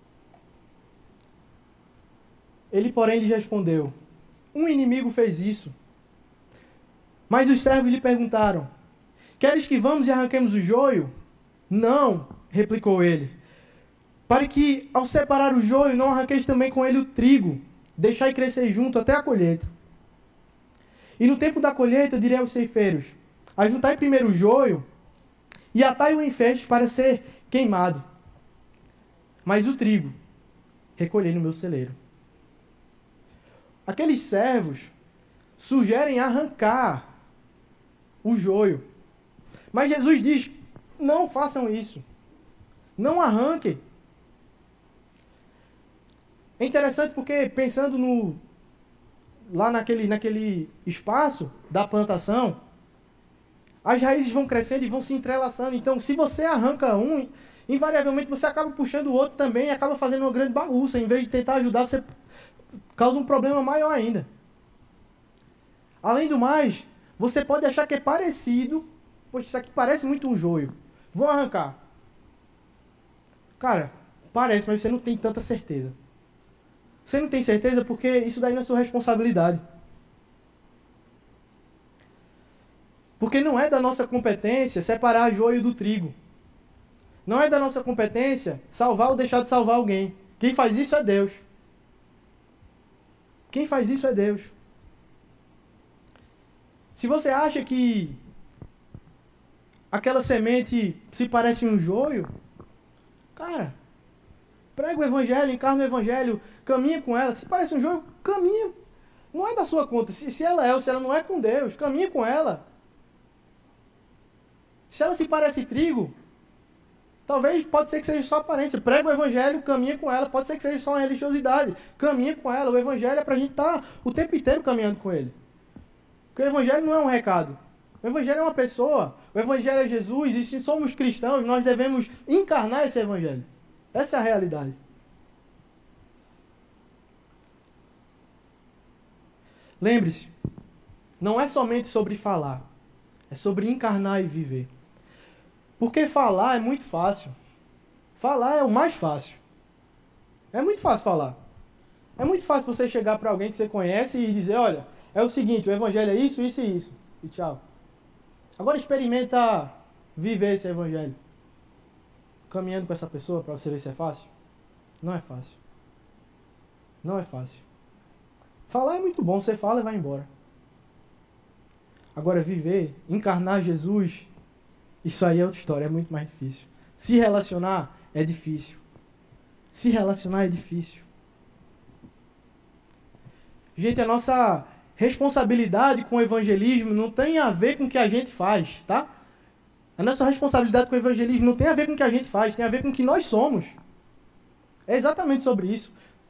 Ele, porém, lhes respondeu, um inimigo fez isso. Mas os servos lhe perguntaram, queres que vamos e arranquemos o joio? Não, replicou ele. Para que, ao separar o joio, não arranqueis também com ele o trigo, deixai crescer junto até a colheita. E no tempo da colheita, direi aos ceifeiros, ajuntai primeiro o joio e atai-o em feixes para ser queimado. Mas o trigo, recolhei no meu celeiro. Aqueles servos sugerem arrancar o joio. Mas Jesus diz, não façam isso. Não arranquem. É interessante porque, pensando lá naquele espaço da plantação, as raízes vão crescendo e vão se entrelaçando. Então, se você arranca um, invariavelmente você acaba puxando o outro também e acaba fazendo uma grande bagunça. Em vez de tentar ajudar, você causa um problema maior ainda. Além do mais, você pode achar que é parecido. Poxa, isso aqui parece muito um joio. Vou arrancar. Cara, parece, mas você não tem tanta certeza. Você não tem certeza porque isso daí não é sua responsabilidade. Porque não é da nossa competência separar joio do trigo. Não é da nossa competência salvar ou deixar de salvar alguém. Quem faz isso é Deus. Quem faz isso é Deus. Se você acha que aquela semente se parece um joio, cara, prega o evangelho, encarna o evangelho, caminha com ela. Se parece um joio, caminha. Não é da sua conta. Se ela é ou se ela não é com Deus, caminha com ela. Se ela se parece trigo, talvez, pode ser que seja só aparência. Prega o evangelho, caminha com ela. Pode ser que seja só uma religiosidade. Caminha com ela. O evangelho é pra gente estar o tempo inteiro caminhando com ele. Porque o evangelho não é um recado. O evangelho é uma pessoa. O evangelho é Jesus. E se somos cristãos, nós devemos encarnar esse evangelho. Essa é a realidade. Lembre-se, não é somente sobre falar. É sobre encarnar e viver. Porque falar é muito fácil. Falar é o mais fácil. É muito fácil falar. É muito fácil você chegar para alguém que você conhece e dizer, olha, é o seguinte, o evangelho é isso, isso e isso. E tchau. Agora experimenta viver esse evangelho. Caminhando com essa pessoa para você ver se é fácil. Não é fácil. Não é fácil. Falar é muito bom, você fala e vai embora. Agora viver, encarnar Jesus, isso aí é outra história, é muito mais difícil. Se relacionar é difícil. Se relacionar é difícil. Gente, a nossa responsabilidade com o evangelismo não tem a ver com o que a gente faz, tá? A nossa responsabilidade com o evangelismo não tem a ver com o que a gente faz, tem a ver com o que nós somos. É exatamente sobre isso.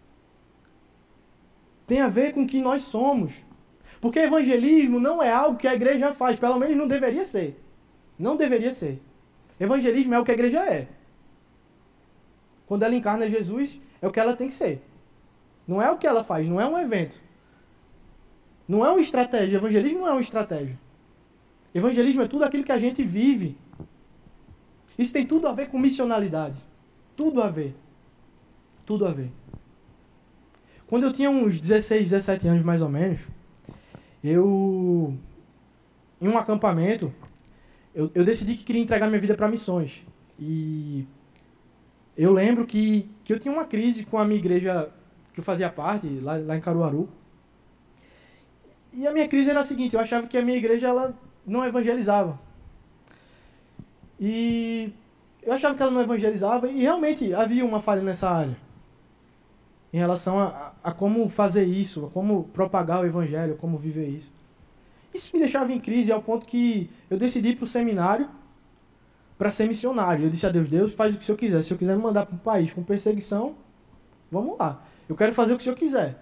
Tem a ver com o que nós somos. Porque evangelismo não é algo que a igreja faz, pelo menos não deveria ser. Não deveria ser. Evangelismo é o que a igreja é. Quando ela encarna Jesus, é o que ela tem que ser. Não é o que ela faz, não é um evento. Não é uma estratégia. Evangelismo não é uma estratégia. Evangelismo é tudo aquilo que a gente vive. Isso tem tudo a ver com missionalidade. Tudo a ver. Tudo a ver. Quando eu tinha uns 16, 17 anos mais ou menos, em um acampamento, eu decidi que queria entregar minha vida para missões. E eu lembro que eu tinha uma crise com a minha igreja que eu fazia parte, lá em Caruaru. E a minha crise era a seguinte, eu achava que a minha igreja ela não evangelizava. E eu achava que ela não evangelizava e realmente havia uma falha nessa área. Em relação a como fazer isso, a como propagar o evangelho, como viver isso. Isso me deixava em crise ao ponto que eu decidi ir para o seminário para ser missionário. Eu disse a Deus, Deus faz o que o Senhor quiser. Se o Senhor quiser me mandar para um país com perseguição, vamos lá. Eu quero fazer o que o Senhor quiser.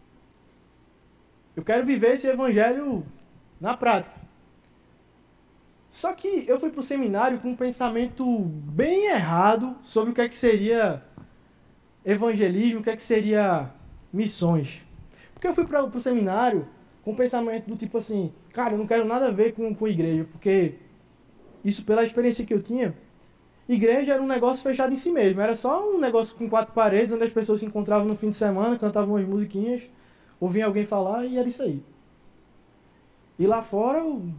Eu quero viver esse evangelho na prática. Só que eu fui para o seminário com um pensamento bem errado sobre o que é que seria evangelismo, o que é que seria missões. Porque eu fui para o seminário com um pensamento do tipo assim, cara, eu não quero nada a ver com igreja, porque isso pela experiência que eu tinha, igreja era um negócio fechado em si mesmo, era só um negócio com 4 paredes, onde as pessoas se encontravam no fim de semana, cantavam umas musiquinhas, ouviam alguém falar e era isso aí. E lá fora,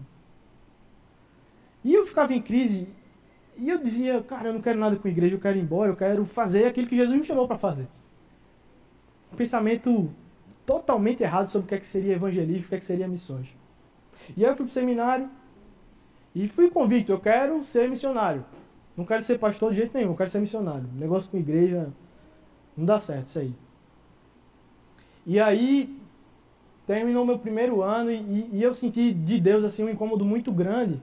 e eu ficava em crise, e eu dizia, cara, eu não quero nada com igreja, eu quero ir embora, eu quero fazer aquilo que Jesus me chamou para fazer. Um pensamento totalmente errado sobre o que é que seria evangelismo, o que é que seria missões. E aí eu fui pro seminário e fui convicto, eu quero ser missionário. Não quero ser pastor de jeito nenhum, eu quero ser missionário. Negócio com igreja não dá certo isso aí. E aí terminou meu primeiro ano e eu senti de Deus assim um incômodo muito grande.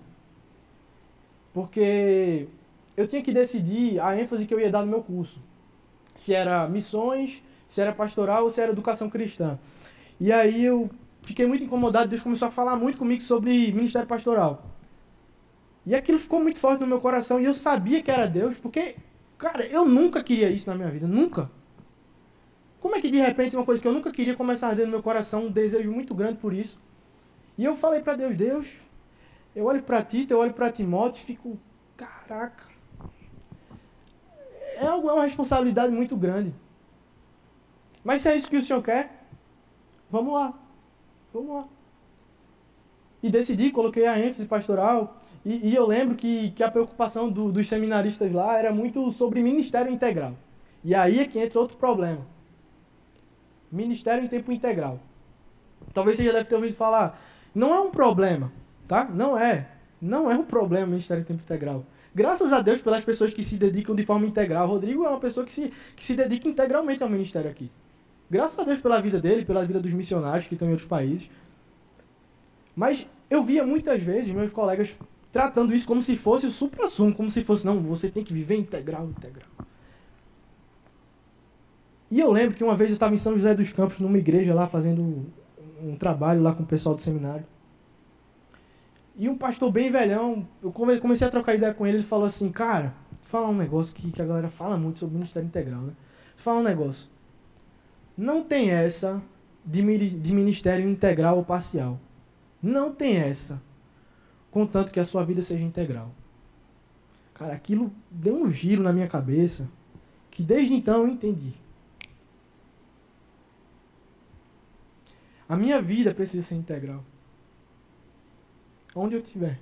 Porque eu tinha que decidir a ênfase que eu ia dar no meu curso. Se era missões, se era pastoral ou se era educação cristã. E aí eu fiquei muito incomodado, Deus começou a falar muito comigo sobre ministério pastoral. E aquilo ficou muito forte no meu coração e eu sabia que era Deus, porque, cara, eu nunca queria isso na minha vida, nunca. Como é que de repente uma coisa que eu nunca queria começar a arder no meu coração, um desejo muito grande por isso. E eu falei para Deus, Deus, eu olho para Tito, eu olho para Timóteo e fico, caraca, é uma responsabilidade muito grande. Mas se é isso que o Senhor quer, vamos lá. Vamos lá. E decidi, coloquei a ênfase pastoral. E eu lembro que a preocupação dos seminaristas lá era muito sobre ministério integral. E aí é que entra outro problema. Ministério em tempo integral. Talvez você já deve ter ouvido falar. Não é um problema, tá? Não é. Não é um problema ministério em tempo integral. Graças a Deus pelas pessoas que se dedicam de forma integral. Rodrigo é uma pessoa que se dedica integralmente ao ministério aqui. Graças a Deus pela vida dele, pela vida dos missionários que estão em outros países. Mas eu via muitas vezes meus colegas tratando isso como se fosse o supra-sumo, como se fosse, não, você tem que viver integral. E eu lembro que uma vez eu estava em São José dos Campos, numa igreja lá, fazendo um trabalho lá com o pessoal do seminário. E um pastor bem velhão, eu comecei a trocar ideia com ele, ele falou assim, cara, vou falar um negócio que a galera fala muito sobre o ministério integral, né? Vou falar um negócio. Não tem essa de ministério integral ou parcial. Não tem essa. Contanto que a sua vida seja integral. Cara, aquilo deu um giro na minha cabeça, que desde então eu entendi. A minha vida precisa ser integral. Onde eu estiver.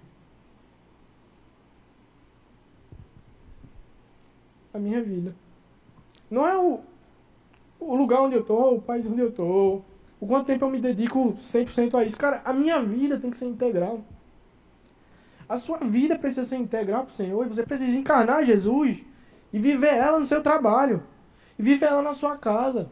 A minha vida. Não é o lugar onde eu estou, o país onde eu estou, o quanto tempo eu me dedico 100% a isso. Cara, a minha vida tem que ser integral. A sua vida precisa ser integral para o Senhor. E você precisa encarnar Jesus e viver ela no seu trabalho. E viver ela na sua casa.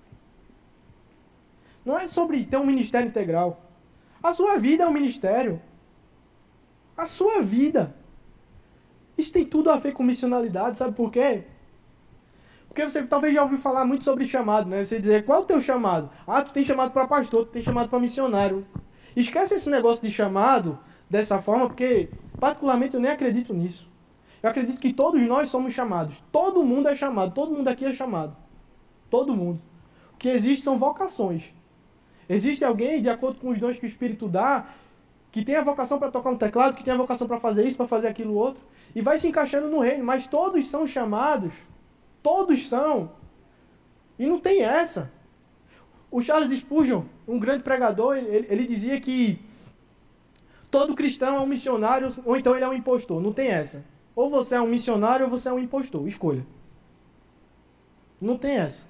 Não é sobre ter um ministério integral. A sua vida é um ministério. A sua vida. Isso tem tudo a ver com missionalidade, sabe por quê? Porque você talvez já ouviu falar muito sobre chamado, né? Você dizer, qual é o teu chamado? Ah, tu tem chamado para pastor, tu tem chamado para missionário. Esquece esse negócio de chamado dessa forma, porque particularmente eu nem acredito nisso. Eu acredito que todos nós somos chamados. Todo mundo é chamado, todo mundo aqui é chamado. Todo mundo. O que existe são vocações. Existe alguém, de acordo com os dons que o Espírito dá, que tem a vocação para tocar um teclado, que tem a vocação para fazer isso, para fazer aquilo outro, e vai se encaixando no reino, mas todos são chamados. Todos são. E não tem essa. O Charles Spurgeon, um grande pregador, ele dizia que todo cristão é um missionário, ou então ele é um impostor. Não tem essa. Ou você é um missionário ou você é um impostor. Escolha. Não tem essa.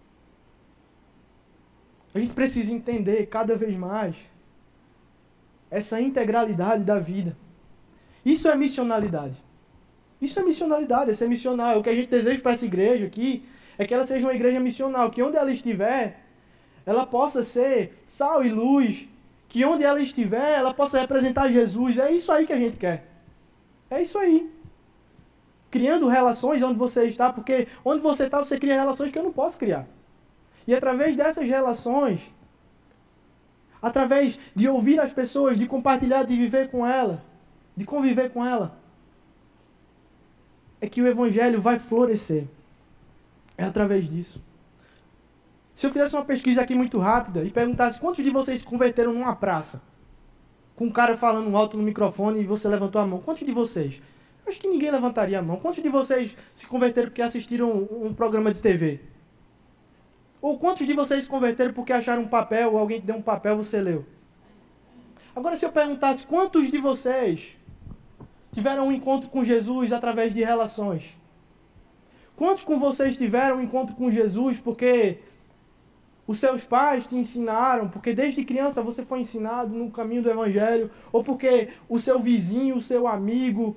A gente precisa entender cada vez mais essa integralidade da vida. Isso é missionalidade. Isso é missionalidade, é ser missionário. O que a gente deseja para essa igreja aqui é que ela seja uma igreja missional, que onde ela estiver, ela possa ser sal e luz, que onde ela estiver, ela possa representar Jesus. É isso aí que a gente quer. É isso aí. Criando relações onde você está, porque onde você está, você cria relações que eu não posso criar. E através dessas relações, através de ouvir as pessoas, de compartilhar, de viver com ela, de conviver com ela, é que o evangelho vai florescer. É através disso. Se eu fizesse uma pesquisa aqui muito rápida e perguntasse quantos de vocês se converteram numa praça, com um cara falando alto no microfone e você levantou a mão, quantos de vocês? Eu acho que ninguém levantaria a mão. Quantos de vocês se converteram porque assistiram um programa de TV? Ou quantos de vocês se converteram porque acharam um papel, ou alguém te deu um papel e você leu? Agora, se eu perguntasse quantos de vocês tiveram um encontro com Jesus através de relações? Quantos com vocês tiveram um encontro com Jesus porque os seus pais te ensinaram, porque desde criança você foi ensinado no caminho do Evangelho, ou porque o seu vizinho, o seu amigo...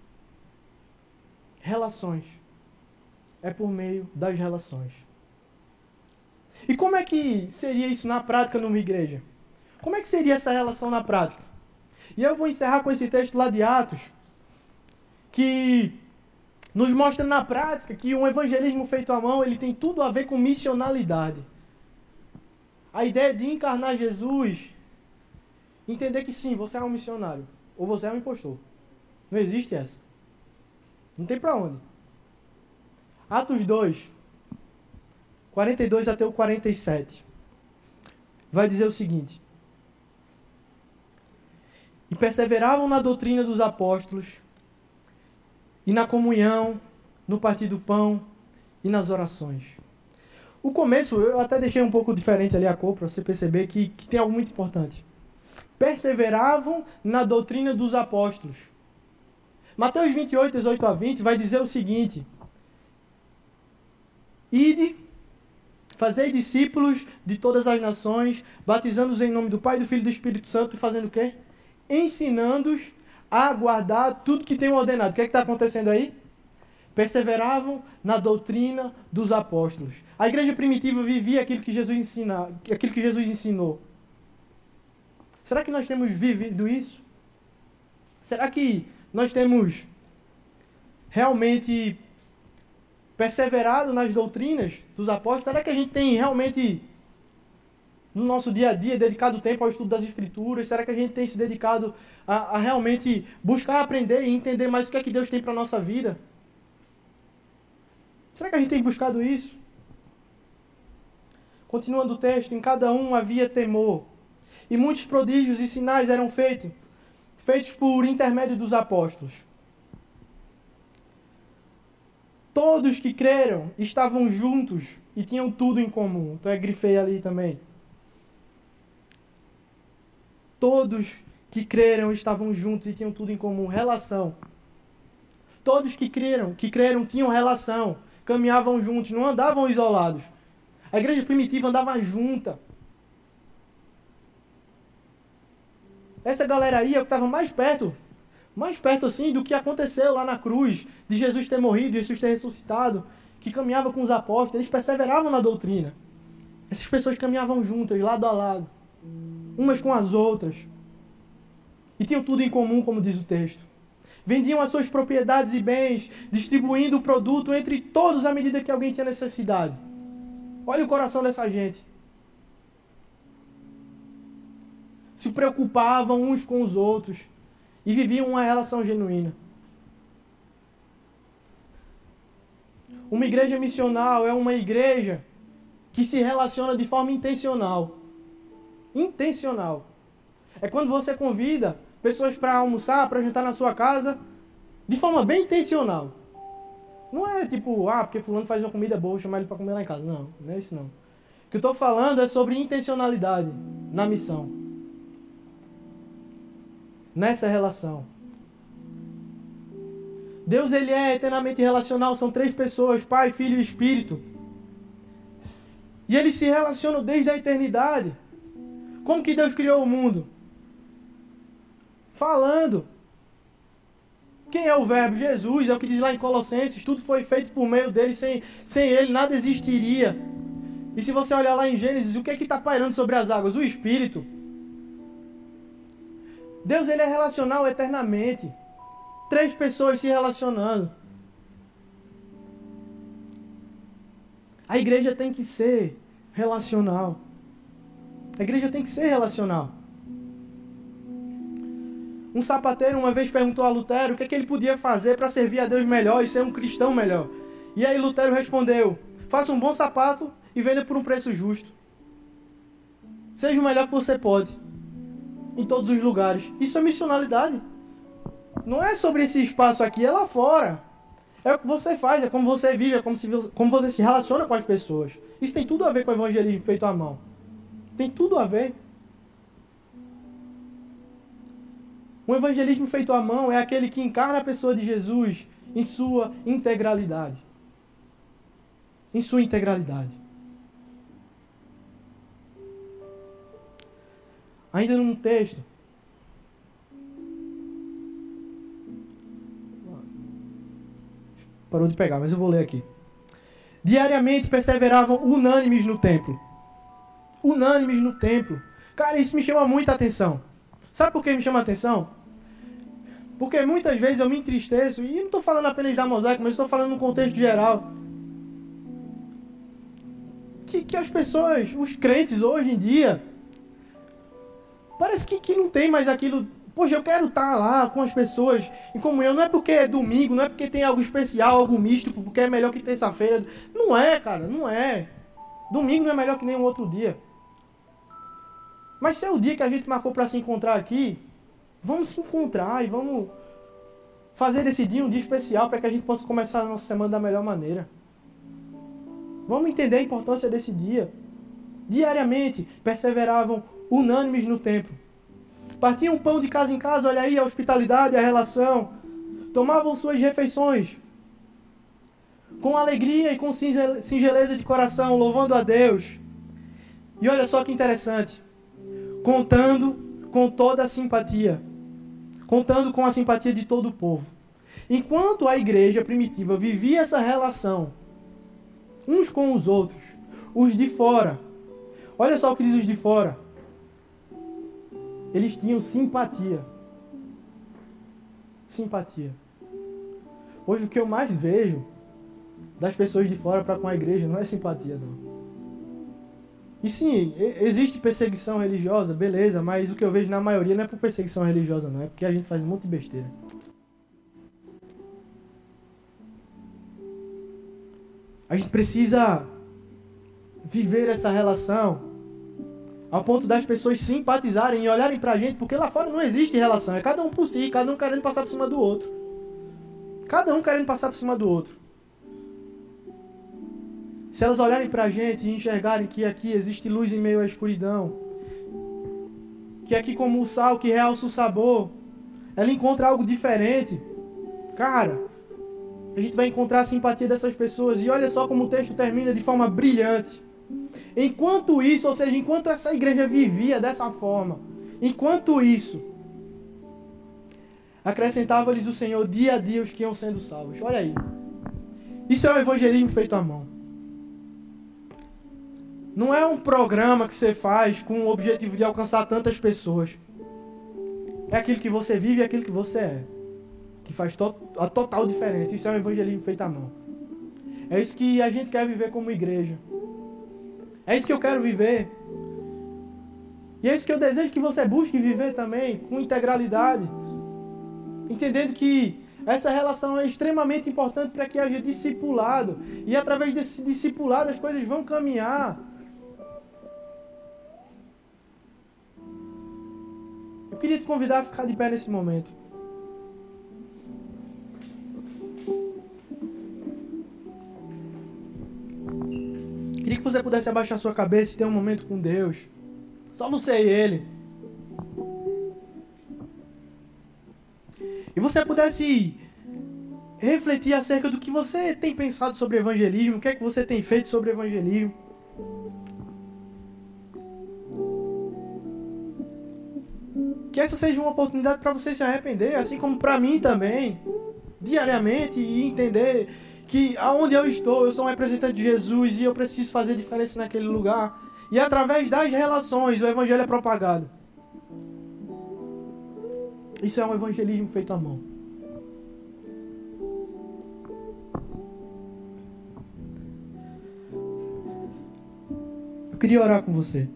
Relações. É por meio das relações. E como é que seria isso na prática numa igreja? Como é que seria essa relação na prática? E eu vou encerrar com esse texto lá de Atos, que nos mostra na prática que um evangelismo feito à mão, ele tem tudo a ver com missionalidade. A ideia de encarnar Jesus, entender que sim, você é um missionário, ou você é um impostor. Não existe essa. Não tem para onde. Atos 2, 42 até o 47, vai dizer o seguinte: e perseveravam na doutrina dos apóstolos, e na comunhão, no partir do pão e nas orações. O começo, eu até deixei um pouco diferente ali a cor, para você perceber que tem algo muito importante. Perseveravam na doutrina dos apóstolos. Mateus 28, 18 a 20 vai dizer o seguinte: Ide, fazei discípulos de todas as nações, batizando-os em nome do Pai, do Filho e do Espírito Santo, e fazendo o quê? Ensinando-os a guardar tudo que tenho ordenado. O que é que está acontecendo aí? Perseveravam na doutrina dos apóstolos. A igreja primitiva vivia aquilo que Jesus ensinou. Será que nós temos vivido isso? Será que nós temos realmente perseverado nas doutrinas dos apóstolos? Será que a gente tem realmente, no nosso dia a dia, dedicado tempo ao estudo das Escrituras? Será que a gente tem se dedicado a realmente buscar aprender e entender mais o que é que Deus tem para a nossa vida? Será que a gente tem buscado isso? Continuando o texto, em cada um havia temor, e muitos prodígios e sinais eram feitos por intermédio dos apóstolos. Todos que creram estavam juntos e tinham tudo em comum. Então grifei ali também. Todos que creram estavam juntos e tinham tudo em comum. Relação. Todos que creram tinham relação. Caminhavam juntos, não andavam isolados. A igreja primitiva andava junta. Essa galera aí é o que estava mais perto assim do que aconteceu lá na cruz, de Jesus ter morrido, Jesus ter ressuscitado, que caminhava com os apóstolos, eles perseveravam na doutrina. Essas pessoas caminhavam juntas, lado a lado, umas com as outras, e tinham tudo em comum, como diz o texto. Vendiam as suas propriedades e bens, distribuindo o produto entre todos à medida que alguém tinha necessidade. Olha o coração dessa gente. Se preocupavam uns com os outros e viviam uma relação genuína. Uma igreja missional é uma igreja que se relaciona de forma intencional. Intencional. É quando você convida pessoas para almoçar, para jantar na sua casa, de forma bem intencional. Não é tipo, porque fulano faz uma comida boa, vou chamar ele para comer lá em casa. Não, não é isso não. O que eu estou falando é sobre intencionalidade na missão. Nessa relação. Deus, ele é eternamente relacional. São 3 pessoas, Pai, Filho e Espírito. E eles se relacionam desde a eternidade. Como que Deus criou o mundo? Falando. Quem é o verbo? Jesus, é o que diz lá em Colossenses. Tudo foi feito por meio dele. Sem ele nada existiria. E se você olhar lá em Gênesis, o que é que está pairando sobre as águas? O Espírito. Deus, ele é relacional eternamente. 3 pessoas se relacionando. A igreja tem que ser relacional. A igreja tem que ser relacional. Um sapateiro uma vez perguntou a Lutero o que é que ele podia fazer para servir a Deus melhor e ser um cristão melhor. E aí Lutero respondeu: faça um bom sapato e venda por um preço justo. Seja o melhor que você pode. Em todos os lugares. Isso é missionalidade. Não é sobre esse espaço aqui, é lá fora. É o que você faz, é como você vive, é como você se relaciona com as pessoas. Isso tem tudo a ver com o evangelismo feito à mão. Tem tudo a ver. O evangelismo feito à mão é aquele que encarna a pessoa de Jesus em sua integralidade. Em sua integralidade. Ainda num texto. Parou de pegar, mas eu vou ler aqui. Diariamente perseveravam unânimes no templo. Unânimes no templo. Cara, isso me chama muita atenção. Sabe por que me chama a atenção? Porque muitas vezes eu me entristeço, e não estou falando apenas da Mosaico, mas estou falando no contexto geral. Que as pessoas, os crentes hoje em dia, parece que não tem mais aquilo. Poxa, eu quero estar lá com as pessoas em comunhão. Não é porque é domingo, não é porque tem algo especial, algo místico, porque é melhor que terça-feira. Não é, cara, não é. Domingo não é melhor que nenhum outro dia. Mas se é o dia que a gente marcou para se encontrar aqui, vamos se encontrar e vamos fazer desse dia um dia especial para que a gente possa começar a nossa semana da melhor maneira. Vamos entender a importância desse dia. Diariamente, perseveravam unânimes no templo. Partiam pão de casa em casa, olha aí a hospitalidade, a relação. Tomavam suas refeições com alegria e com singeleza de coração, louvando a Deus. E olha só que interessante, contando com toda a simpatia, contando com a simpatia de todo o povo. Enquanto a igreja primitiva vivia essa relação, uns com os outros, os de fora, olha só o que diz os de fora, eles tinham simpatia. Simpatia. Hoje o que eu mais vejo das pessoas de fora para com a igreja não é simpatia, não. E sim, existe perseguição religiosa, beleza, mas o que eu vejo na maioria não é por perseguição religiosa, não. É porque a gente faz um monte de besteira. A gente precisa viver essa relação ao ponto das pessoas simpatizarem e olharem pra gente, porque lá fora não existe relação. É cada um por si, cada um querendo passar por cima do outro. Cada um querendo passar por cima do outro. Se elas olharem pra gente e enxergarem que aqui existe luz em meio à escuridão, que aqui como o sal que realça o sabor, ela encontra algo diferente, cara, a gente vai encontrar a simpatia dessas pessoas. E olha só como o texto termina de forma brilhante. Enquanto isso, ou seja, enquanto essa igreja vivia dessa forma, enquanto isso, acrescentava-lhes o Senhor dia a dia os que iam sendo salvos. Olha aí. Isso é um evangelismo feito à mão. Não é um programa que você faz com o objetivo de alcançar tantas pessoas. É aquilo que você vive e aquilo que você é. Que faz a total diferença. Isso é um evangelismo feito à mão. É isso que a gente quer viver como igreja. É isso que eu quero viver. E é isso que eu desejo que você busque viver também, com integralidade. Entendendo que essa relação é extremamente importante para que haja discipulado. E através desse discipulado as coisas vão caminhar. Eu queria te convidar a ficar de pé nesse momento. Queria que você pudesse abaixar sua cabeça e ter um momento com Deus. Só você e Ele. E você pudesse refletir acerca do que você tem pensado sobre evangelismo, o que é que você tem feito sobre evangelismo. Que essa seja uma oportunidade para você se arrepender, assim como para mim também, diariamente, e entender que aonde eu estou, eu sou um representante de Jesus e eu preciso fazer diferença naquele lugar. E através das relações o evangelho é propagado. Isso é um evangelismo feito à mão. Eu queria orar com você.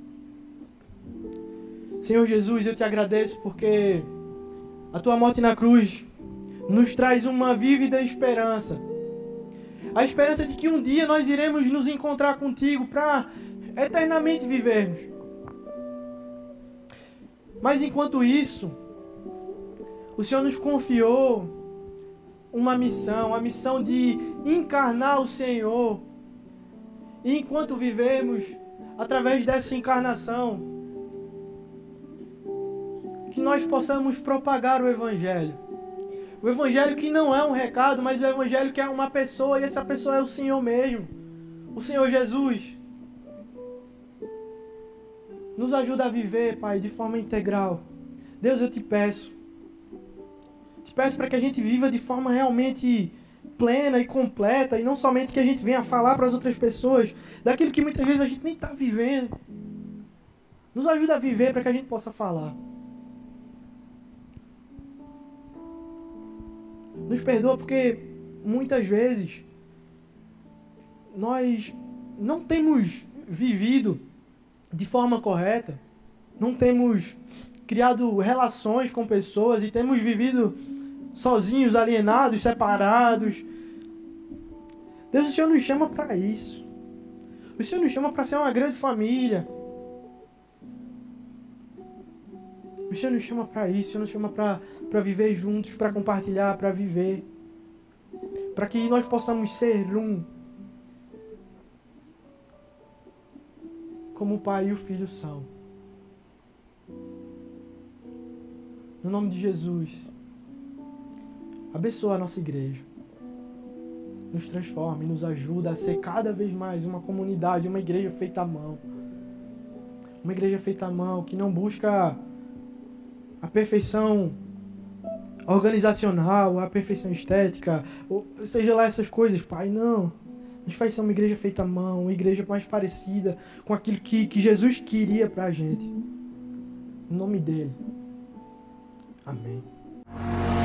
Senhor Jesus, eu te agradeço porque a tua morte na cruz nos traz uma vívida esperança. A esperança de que um dia nós iremos nos encontrar contigo para eternamente vivermos. Mas enquanto isso, o Senhor nos confiou uma missão, a missão de encarnar o Senhor. E enquanto vivemos, através dessa encarnação, que nós possamos propagar o Evangelho. O Evangelho que não é um recado, mas o Evangelho que é uma pessoa, e essa pessoa é o Senhor mesmo. O Senhor Jesus. Nos ajuda a viver, Pai, de forma integral. Deus, eu te peço. Te peço para que a gente viva de forma realmente plena e completa, e não somente que a gente venha falar para as outras pessoas daquilo que muitas vezes a gente nem está vivendo. Nos ajuda a viver para que a gente possa falar. Nos perdoa porque muitas vezes nós não temos vivido de forma correta, não temos criado relações com pessoas e temos vivido sozinhos, alienados, separados. Deus, o Senhor nos chama para isso. O Senhor nos chama para ser uma grande família. O Senhor nos chama para isso, o Senhor nos chama para viver juntos, para compartilhar, para viver. Para que nós possamos ser um. como o Pai e o Filho são. No nome de Jesus, abençoa a nossa igreja. Nos transforme, nos ajuda a ser cada vez mais uma comunidade, uma igreja feita à mão. Uma igreja feita à mão, que não busca a perfeição organizacional, a perfeição estética, ou seja lá essas coisas, Pai, não. Nos faz ser uma igreja feita à mão, uma igreja mais parecida com aquilo que Jesus queria pra gente. Em nome dele. Amém.